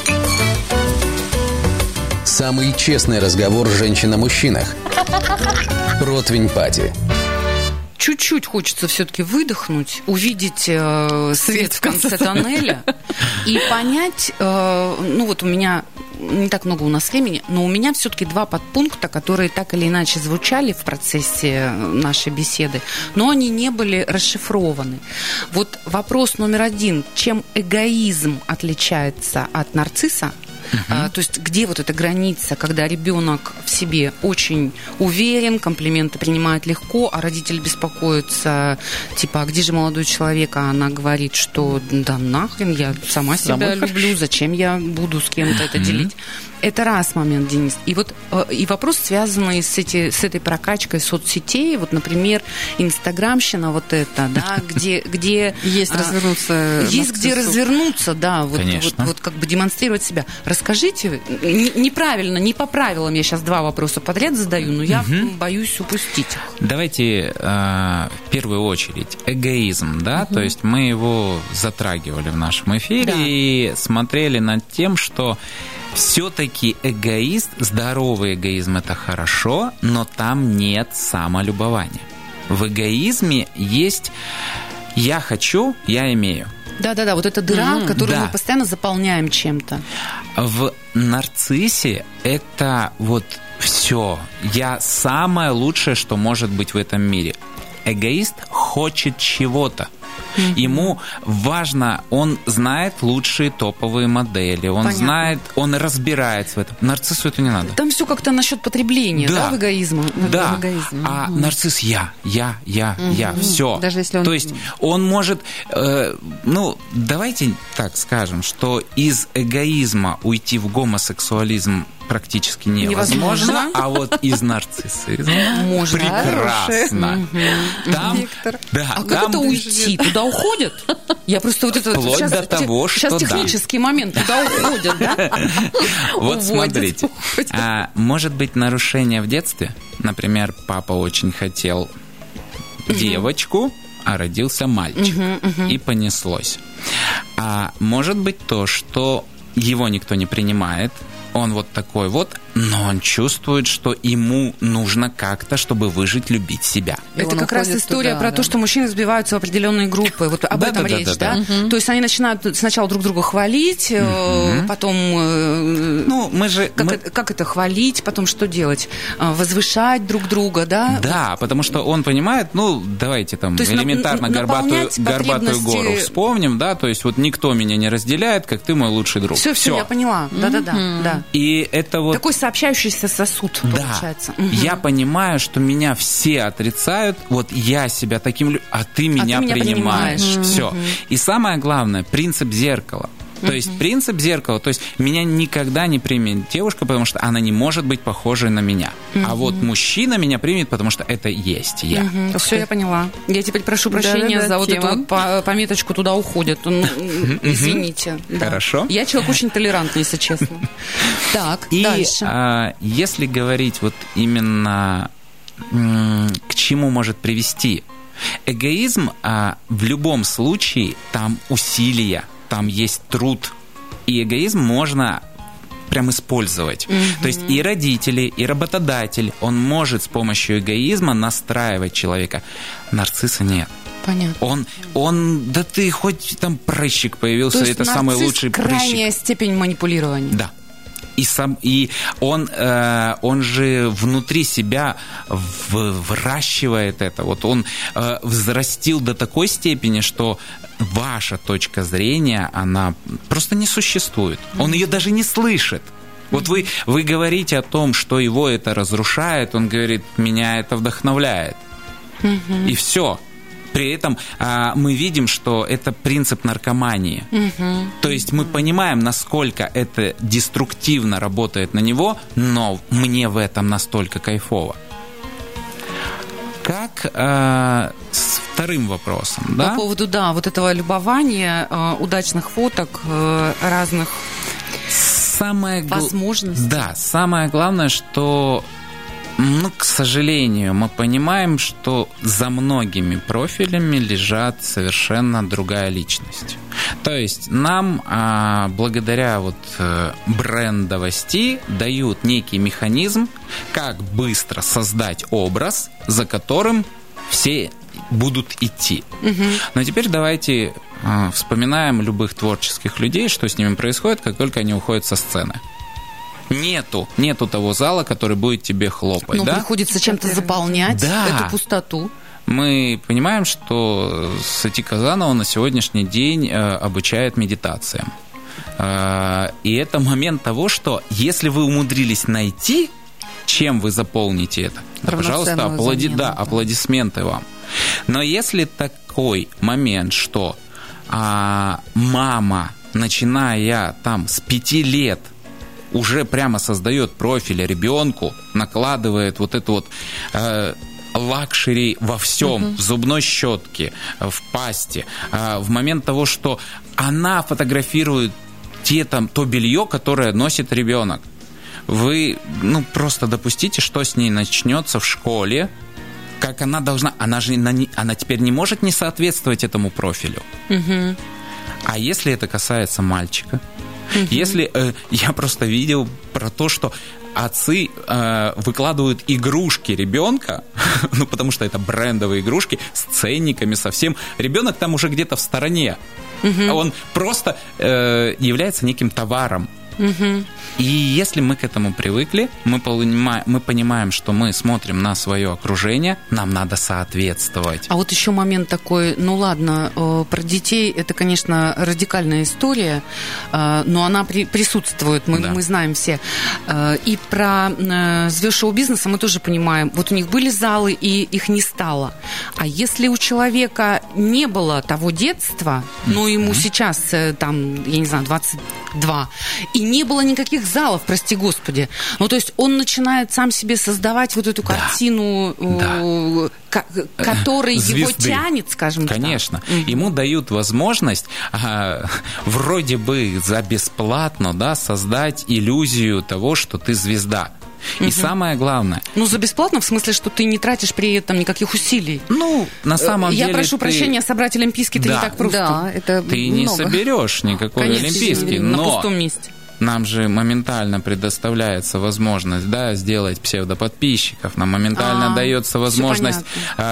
Самый честный разговор женщин о мужчинах. Противень Пати. Чуть-чуть хочется все-таки выдохнуть, увидеть э, свет в конце тоннеля и понять, э, ну вот у меня не так много у нас времени, но у меня все-таки два подпункта, которые так или иначе звучали в процессе нашей беседы, но они не были расшифрованы. Вот вопрос номер один. Чем эгоизм отличается от нарцисса? Uh-huh. А, то есть где вот эта граница, когда ребенок в себе очень уверен, комплименты принимает легко, а родитель беспокоится, типа, а где же молодой человек? А она говорит, что да нахрен, я сама себя люблю, зачем я буду с кем-то это делить? Это раз момент, Денис. И вот и вопрос, связанный с, эти, с этой прокачкой соцсетей, вот, например, инстаграмщина вот это, да, где... где есть а, развернуться. Есть где развернуться, да, вот, вот, вот как бы демонстрировать себя. Расскажите, неправильно, не по правилам я сейчас два вопроса подряд задаю, но я угу. боюсь упустить их. Давайте э, в первую очередь эгоизм, да, угу. то есть мы его затрагивали в нашем эфире да. и смотрели над тем, что все-таки эгоист, здоровый эгоизм – это хорошо, но там нет самолюбования. В эгоизме есть «я хочу, я имею». Да-да-да, вот эта дыра, mm-hmm. которую да. мы постоянно заполняем чем-то. В нарциссе это вот все. Я самое лучшее, что может быть в этом мире. Эгоист хочет чего-то. Mm-hmm. Ему важно, он знает лучшие топовые модели, он Понятно. знает, он разбирается в этом. Нарциссу это не надо. Там все как-то насчет потребления, да, да в эгоизме. Да, в эгоизме. а mm-hmm. нарцисс я, я, я, mm-hmm. я, все. Даже если он... То есть он может, э, ну, давайте так скажем, что из эгоизма уйти в гомосексуализм практически невозможно, невозможно. А вот из нарциссизма можно. Прекрасно. Там, да, а там... как это уйти? Туда уходят? Я просто вот это... Вплоть сейчас, до того, сейчас что технический да. момент. Туда уходят, да? Вот смотрите. А, может быть, нарушение в детстве? Например, папа очень хотел девочку, а родился мальчик. И понеслось. А может быть то, что его никто не принимает, он вот такой вот, но он чувствует, что ему нужно как-то, чтобы выжить, любить себя. И это как раз история туда, про да. то, что мужчины сбиваются в определенные группы. Вот об да, этом да, речь, да? да, да. да? Угу. То есть они начинают сначала друг друга хвалить, угу. потом... Ну, мы же... Как, мы... Это, как это хвалить, потом что делать? Возвышать друг друга, да? Да, потому что он понимает, ну, давайте там то элементарно на, горбатую, горбатую гору вспомним, да, то есть вот никто меня не разделяет, как ты мой лучший друг. Все, все, я поняла. Да-да-да. Угу. да. И это вот... Такой сообщающийся сосуд, да. получается. Угу. Я понимаю, что меня все отрицают, вот я себя таким люблю, а ты меня, а ты меня принимаешь. принимаешь. Все. Угу. И самое главное, принцип зеркала. То uh-huh. есть принцип зеркала, то есть меня никогда не примет девушка, потому что она не может быть похожей на меня. Uh-huh. А вот мужчина меня примет, потому что это есть я. Uh-huh. Все, я поняла. Я теперь прошу прощения да, да, да, за вот тема. эту вот пометочку «туда уходят». Ну, извините. Да. Хорошо. Я человек очень толерантный, если честно. Так, и дальше. А, если говорить вот именно м- к чему может привести, эгоизм а, в любом случае там усилия. Там есть труд, и эгоизм можно прям использовать. Mm-hmm. То есть и родители, и работодатель, он может с помощью эгоизма настраивать человека. Нарцисса нет. Понятно. Он, он, да ты хоть там прыщик появился, то есть это самый лучший прыщик. Крайняя степень манипулирования. Да. И, сам, и он, э, он же внутри себя в, выращивает это. Вот он э, взрастил до такой степени, что ваша точка зрения, она просто не существует. Он ее даже не слышит. Вот вы, вы говорите о том, что его это разрушает, он говорит, меня это вдохновляет. И все. При этом а, мы видим, что это принцип наркомании. Угу. То есть мы понимаем, насколько это деструктивно работает на него, но мне в этом настолько кайфово. Как а, с вторым вопросом, да? По поводу, да, вот этого любования, э, удачных фоток, э, разных самое возможностей. Гл... Да, самое главное, что... Ну, к сожалению, мы понимаем, что за многими профилями лежат совершенно другая личность. То есть нам а, благодаря вот брендовости дают некий механизм, как быстро создать образ, за которым все будут идти. Угу. Но теперь давайте а, вспоминаем любых творческих людей, что с ними происходит, как только они уходят со сцены. Нету, нету того зала, который будет тебе хлопать. Ну, да? Приходится чем-то заполнять да. эту пустоту. Мы понимаем, что Сати Казанова на сегодняшний день э, обучает медитациям. Э, и это момент того, что если вы умудрились найти, чем вы заполните это, да, пожалуйста, аплоди... замену, да, да. аплодисменты вам. Но если такой момент, что э, мама, начиная там с пяти лет, уже прямо создает профиль ребенку, накладывает вот эту вот э, лакшери во всем, uh-huh. в зубной щетке, в пасте, э, в момент того, что она фотографирует те, там, то белье, которое носит ребенок. Вы ну, просто допустите, что с ней начнется в школе, как она должна... Она же она теперь не может не соответствовать этому профилю. Uh-huh. А если это касается мальчика? Uh-huh. Если э, я просто видел про то, что отцы э, выкладывают игрушки ребенка, ну потому что это брендовые игрушки с ценниками совсем, ребенок там уже где-то в стороне, uh-huh. он просто э, является неким товаром. Угу. И если мы к этому привыкли, мы понимаем, мы понимаем, что мы смотрим на свое окружение, нам надо соответствовать. А вот еще момент такой, ну ладно, про детей это, конечно, радикальная история, но она при, присутствует, мы, да. мы знаем все. И про звезд шоу-бизнеса мы тоже понимаем, вот у них были залы, и их не стало. А если у человека не было того детства, но ему mm-hmm. сейчас, там, я не знаю, двадцать два, и не было никаких залов, прости господи. Ну, то есть он начинает сам себе создавать вот эту да. картину, да. К- которой Звезды. Его тянет, скажем так. Конечно. Mm-hmm. Ему дают возможность а, вроде бы за бесплатно, да, создать иллюзию того, что ты звезда. И угу. самое главное... Ну, за бесплатно, в смысле, что ты не тратишь при этом никаких усилий. Ну, на самом Я деле... Я прошу ты... прощения, собрать олимпийский это да. не так просто. Да, это Ты много. не соберешь никакой Конечно, олимпийский, на но... пустом месте. Нам же моментально предоставляется возможность, да, сделать псевдоподписчиков, нам моментально А, дается возможность,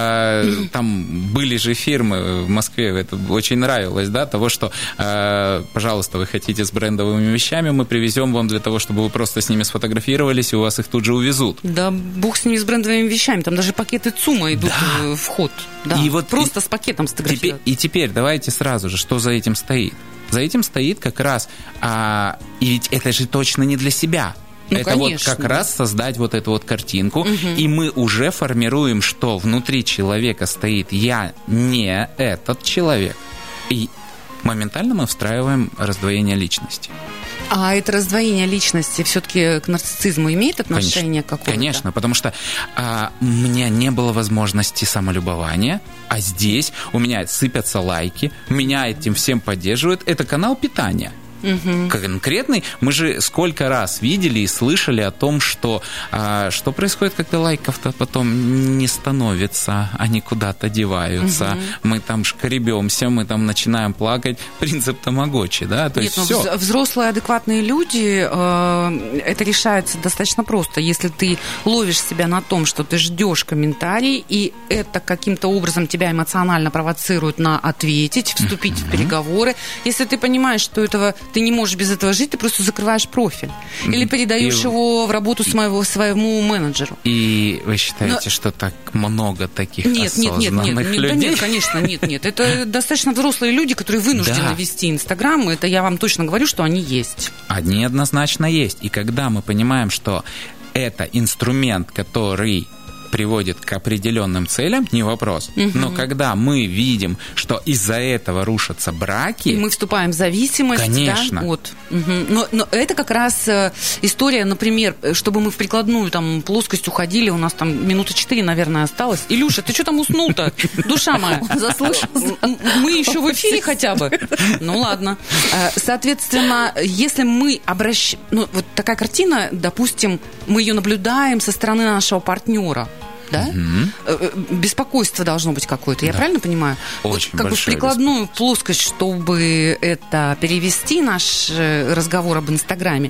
э, там были же фирмы в Москве, это очень нравилось, да, того, что, э, пожалуйста, вы хотите с брендовыми вещами, мы привезем вам для того, чтобы вы просто с ними сфотографировались, и у вас их тут же увезут. Да, бог с ними, с брендовыми вещами, там даже пакеты ЦУМа идут да. в ход. Да. И вот просто и, с пакетом сфотографировать. И теперь давайте сразу же, что за этим стоит? За этим стоит как раз, а, и ведь это же точно не для себя. Ну, это конечно. Вот как раз создать вот эту вот картинку, угу. и мы уже формируем, что внутри человека стоит «я не этот человек». И моментально мы встраиваем раздвоение личности. А это раздвоение личности все-таки к нарциссизму имеет отношение конечно, какое-то? Конечно, потому что а, у меня не было возможности самолюбования, а здесь у меня сыпятся лайки, меня этим всем поддерживают. Это канал питания. Угу. Конкретный. Мы же сколько раз видели и слышали о том, что а, что происходит, когда лайков-то потом не становится, они куда-то деваются. Угу. Мы там шкребемся, мы там начинаем плакать. Принцип тамагочи, да? То Нет, есть ну, все. Взрослые, адекватные люди, э, это решается достаточно просто. Если ты ловишь себя на том, что ты ждешь комментарий, и это каким-то образом тебя эмоционально провоцирует на ответить, вступить угу. в переговоры. Если ты понимаешь, что этого ты не можешь без этого жить, ты просто закрываешь профиль. Или передаешь и... его в работу своего, своему менеджеру. И вы считаете, Но... что так много таких нет, осознанных нет, нет, нет, людей? Да нет, конечно, нет, нет. Это достаточно взрослые люди, которые вынуждены да. вести Инстаграм. Это я вам точно говорю, что они есть. Они однозначно есть. И когда мы понимаем, что это инструмент, который приводит к определенным целям, не вопрос. Угу. Но когда мы видим, что из-за этого рушатся браки... И мы вступаем в зависимость. Конечно. Да, от. Угу. Но, но это как раз история, например, чтобы мы в прикладную там, плоскость уходили, у нас там минуты четыре, наверное, осталось. Илюша, ты что там уснул-то? Душа моя. Заслушался. Мы еще в эфире хотя бы. Ну ладно. Соответственно, если мы обращаем... Ну, вот такая картина, допустим, мы ее наблюдаем со стороны нашего партнера. Да? Угу. Беспокойство должно быть какое-то, я да. правильно понимаю? Очень вот, как бы в прикладную плоскость, чтобы это перевести, наш разговор об Инстаграме.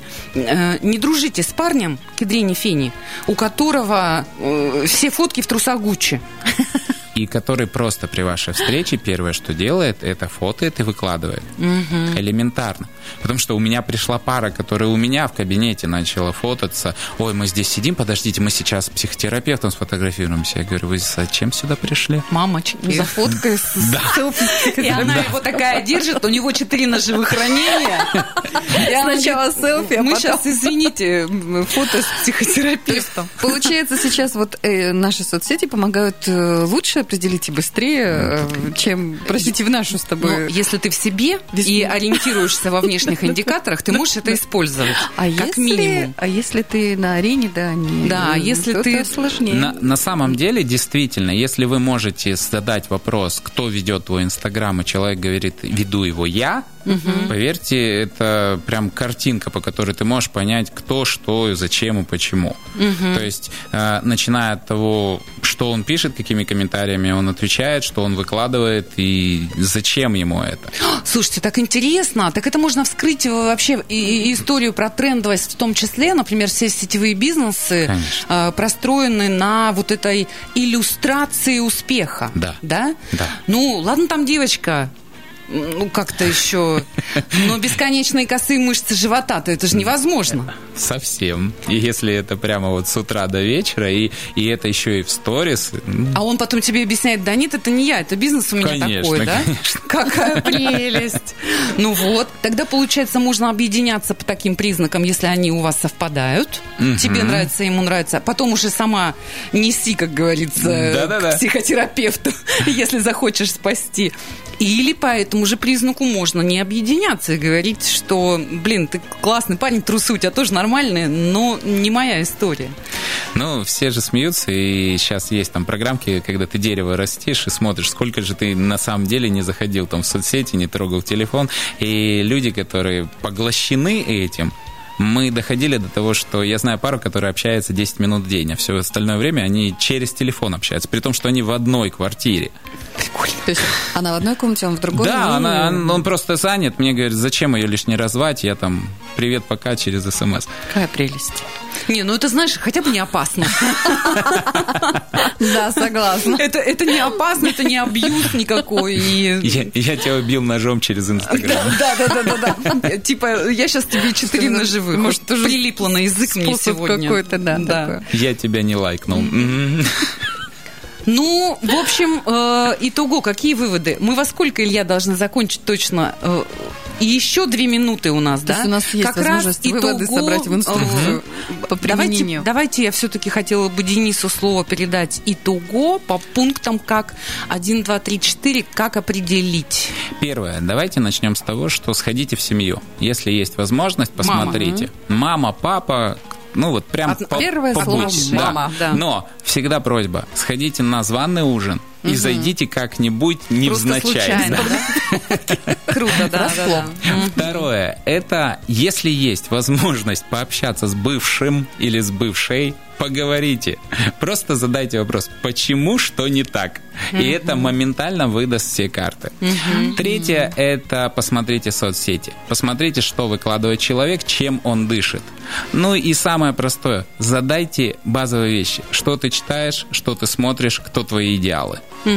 Не дружите с парнем Кедрини Фени, у которого все фотки в трусах Гуччи. И который просто при вашей встрече первое, что делает, это фотоет и выкладывает. Угу. Элементарно. Потому что у меня пришла пара, которая у меня в кабинете начала фототься. Ой, мы здесь сидим, подождите, мы сейчас с психотерапевтом сфотографируемся. Я говорю, вы зачем сюда пришли? Мамочки. За фоткой с селфи. И она его такая держит, у него четыре ножевых ранения. Сначала селфи, а мы потом... сейчас, извините, фото с психотерапевтом. Получается, сейчас вот наши соцсети помогают лучше определить и быстрее, чем, простите, в нашу с тобой. Но если ты в себе и ориентируешься во внешних индикаторах, ты можешь это использовать. А как если, минимум. А если ты на арене, да, не, да, если то ты сложнее. На, на самом деле, действительно, если вы можете задать вопрос, кто ведет твой Инстаграм, и человек говорит, веду его я, угу. поверьте, это прям картинка, по которой ты можешь понять, кто, что, зачем и почему. Угу. То есть, э, начиная от того, что он пишет, какими комментариями он отвечает, что он выкладывает и зачем ему это. Слушайте, так интересно. Так это можно вскрыть вообще и историю про трендовость в том числе. Например, все сетевые бизнесы Конечно. Простроены на вот этой иллюстрации успеха. Да. Да? Да. Ну, ладно, там девочка ну, как-то еще... Но бесконечные косые мышцы живота-то, это же невозможно. Совсем. И если это прямо вот с утра до вечера, и, и это еще и в сторис... А он потом тебе объясняет: да нет, это не я, это бизнес у меня конечно, такой, да? Конечно. Какая прелесть. Ну вот, тогда, получается, можно объединяться по таким признакам, если они у вас совпадают. Угу. Тебе нравится, ему нравится. Потом уже сама неси, как говорится, Да-да-да. к психотерапевту, если захочешь спасти. Или по этому же признаку можно не объединяться и говорить, что, блин, ты классный парень, трусы у тебя тоже нормальные, но не моя история. Ну, все же смеются, и сейчас есть там программки, когда ты дерево растишь и смотришь, сколько же ты на самом деле не заходил там в соцсети, не трогал телефон. И люди, которые поглощены этим, мы доходили до того, что я знаю пару, которая общается десять минут в день, а все остальное время они через телефон общаются, при том, что они в одной квартире. Прикольно. То есть она в одной комнате, он в другой? Да, она, он просто занят. Мне говорит, зачем ее лишний раз звать? Я там, привет, пока, через смс. Какая прелесть. Не, ну это, знаешь, хотя бы не опасно. Да, согласна. Это, это не опасно, это не абьюз никакой. И... Я, я тебя убил ножом через Инстаграм. Да, да, да, да, да. Типа, я сейчас тебе четыре ножевых. Может, тоже прилипло на язык мне сегодня. Какой-то, да, да. Я тебя не лайкнул. Ну, в общем, э, итого, какие выводы? Мы во сколько, Илья, должны закончить точно? Э, и еще две минуты у нас, То да? есть у нас есть как возможность раз выводы итого, собрать в инструкцию э, по применению. Давайте, давайте я все-таки хотела бы Денису слово передать. Итого по пунктам, как один, два, три, четыре, как определить? Первое. Давайте начнем с того, что сходите в семью. Если есть возможность, посмотрите. Мама, Мама папа... Ну, вот прям От, по, первое побольше. слово Да. «мама». Да. Но всегда просьба, сходите на званый ужин и зайдите как-нибудь невзначай. Да? Да? Круто, да, да, да. Второе. Это если есть возможность пообщаться с бывшим или с бывшей, поговорите. Просто задайте вопрос, почему, что не так. И это моментально выдаст все карты. Третье, это посмотрите соцсети. Посмотрите, что выкладывает человек, чем он дышит. Ну и самое простое, задайте базовые вещи. Что ты читаешь, что ты смотришь, кто твои идеалы.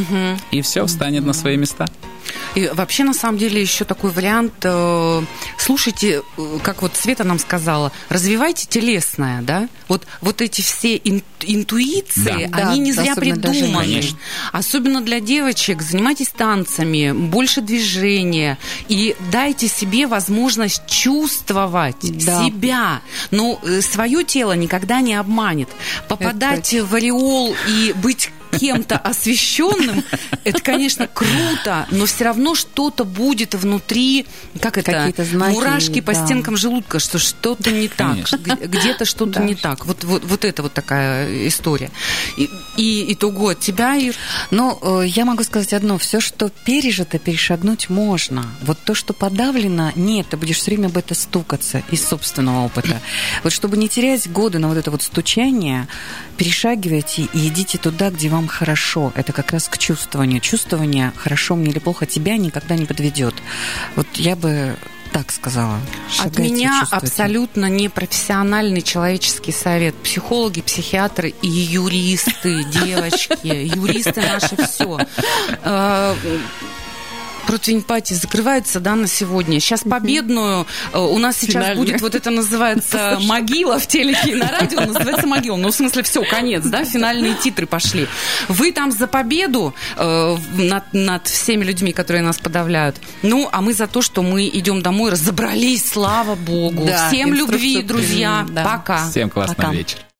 И все встанет на свои места. И вообще, на самом деле, еще такой вариант. Э, слушайте, э, как вот Света нам сказала, развивайте телесное, да? Вот, вот эти все ин, интуиции, да. они Да, не зря придуманы. Особенно для девочек. Занимайтесь танцами, больше движения. И дайте себе возможность чувствовать да. себя. Но э, свое тело никогда не обманет. Попадать это... в ореол и быть кем-то освещенным, это, конечно, круто, но все равно что-то будет внутри, как это, какие-то знаки, мурашки по да. стенкам желудка, что что-то не так, где-то что-то Да. не так. Вот, вот, вот это вот такая история. И, и итого от тебя, Ир? Ну, я могу сказать одно. Все, что пережито, перешагнуть можно. Вот то, что подавлено, нет, ты будешь все время об это стукаться из собственного опыта. Вот чтобы не терять годы на вот это вот стучание, перешагивайте и идите туда, где вам хорошо. Это как раз к чувствованию. Чувствование, хорошо мне или плохо, тебя никогда не подведет. Вот я бы так сказала. От Шагайте, меня чувствуйте. абсолютно непрофессиональный человеческий совет. Психологи, психиатры и юристы, девочки, юристы наши все. Противень пати закрывается, да, на сегодня. Сейчас победную. У нас сейчас Финальную. будет вот это называется могила в телеке и на радио. Называется могила. Ну, в смысле, все, конец, да, финальные титры пошли. Вы там за победу э, над, над всеми людьми, которые нас подавляют. Ну, а мы за то, что мы идем домой, разобрались, слава богу. Да, Всем любви, инструкцию друзья. приняли, да. Пока. Всем классного Пока. вечера.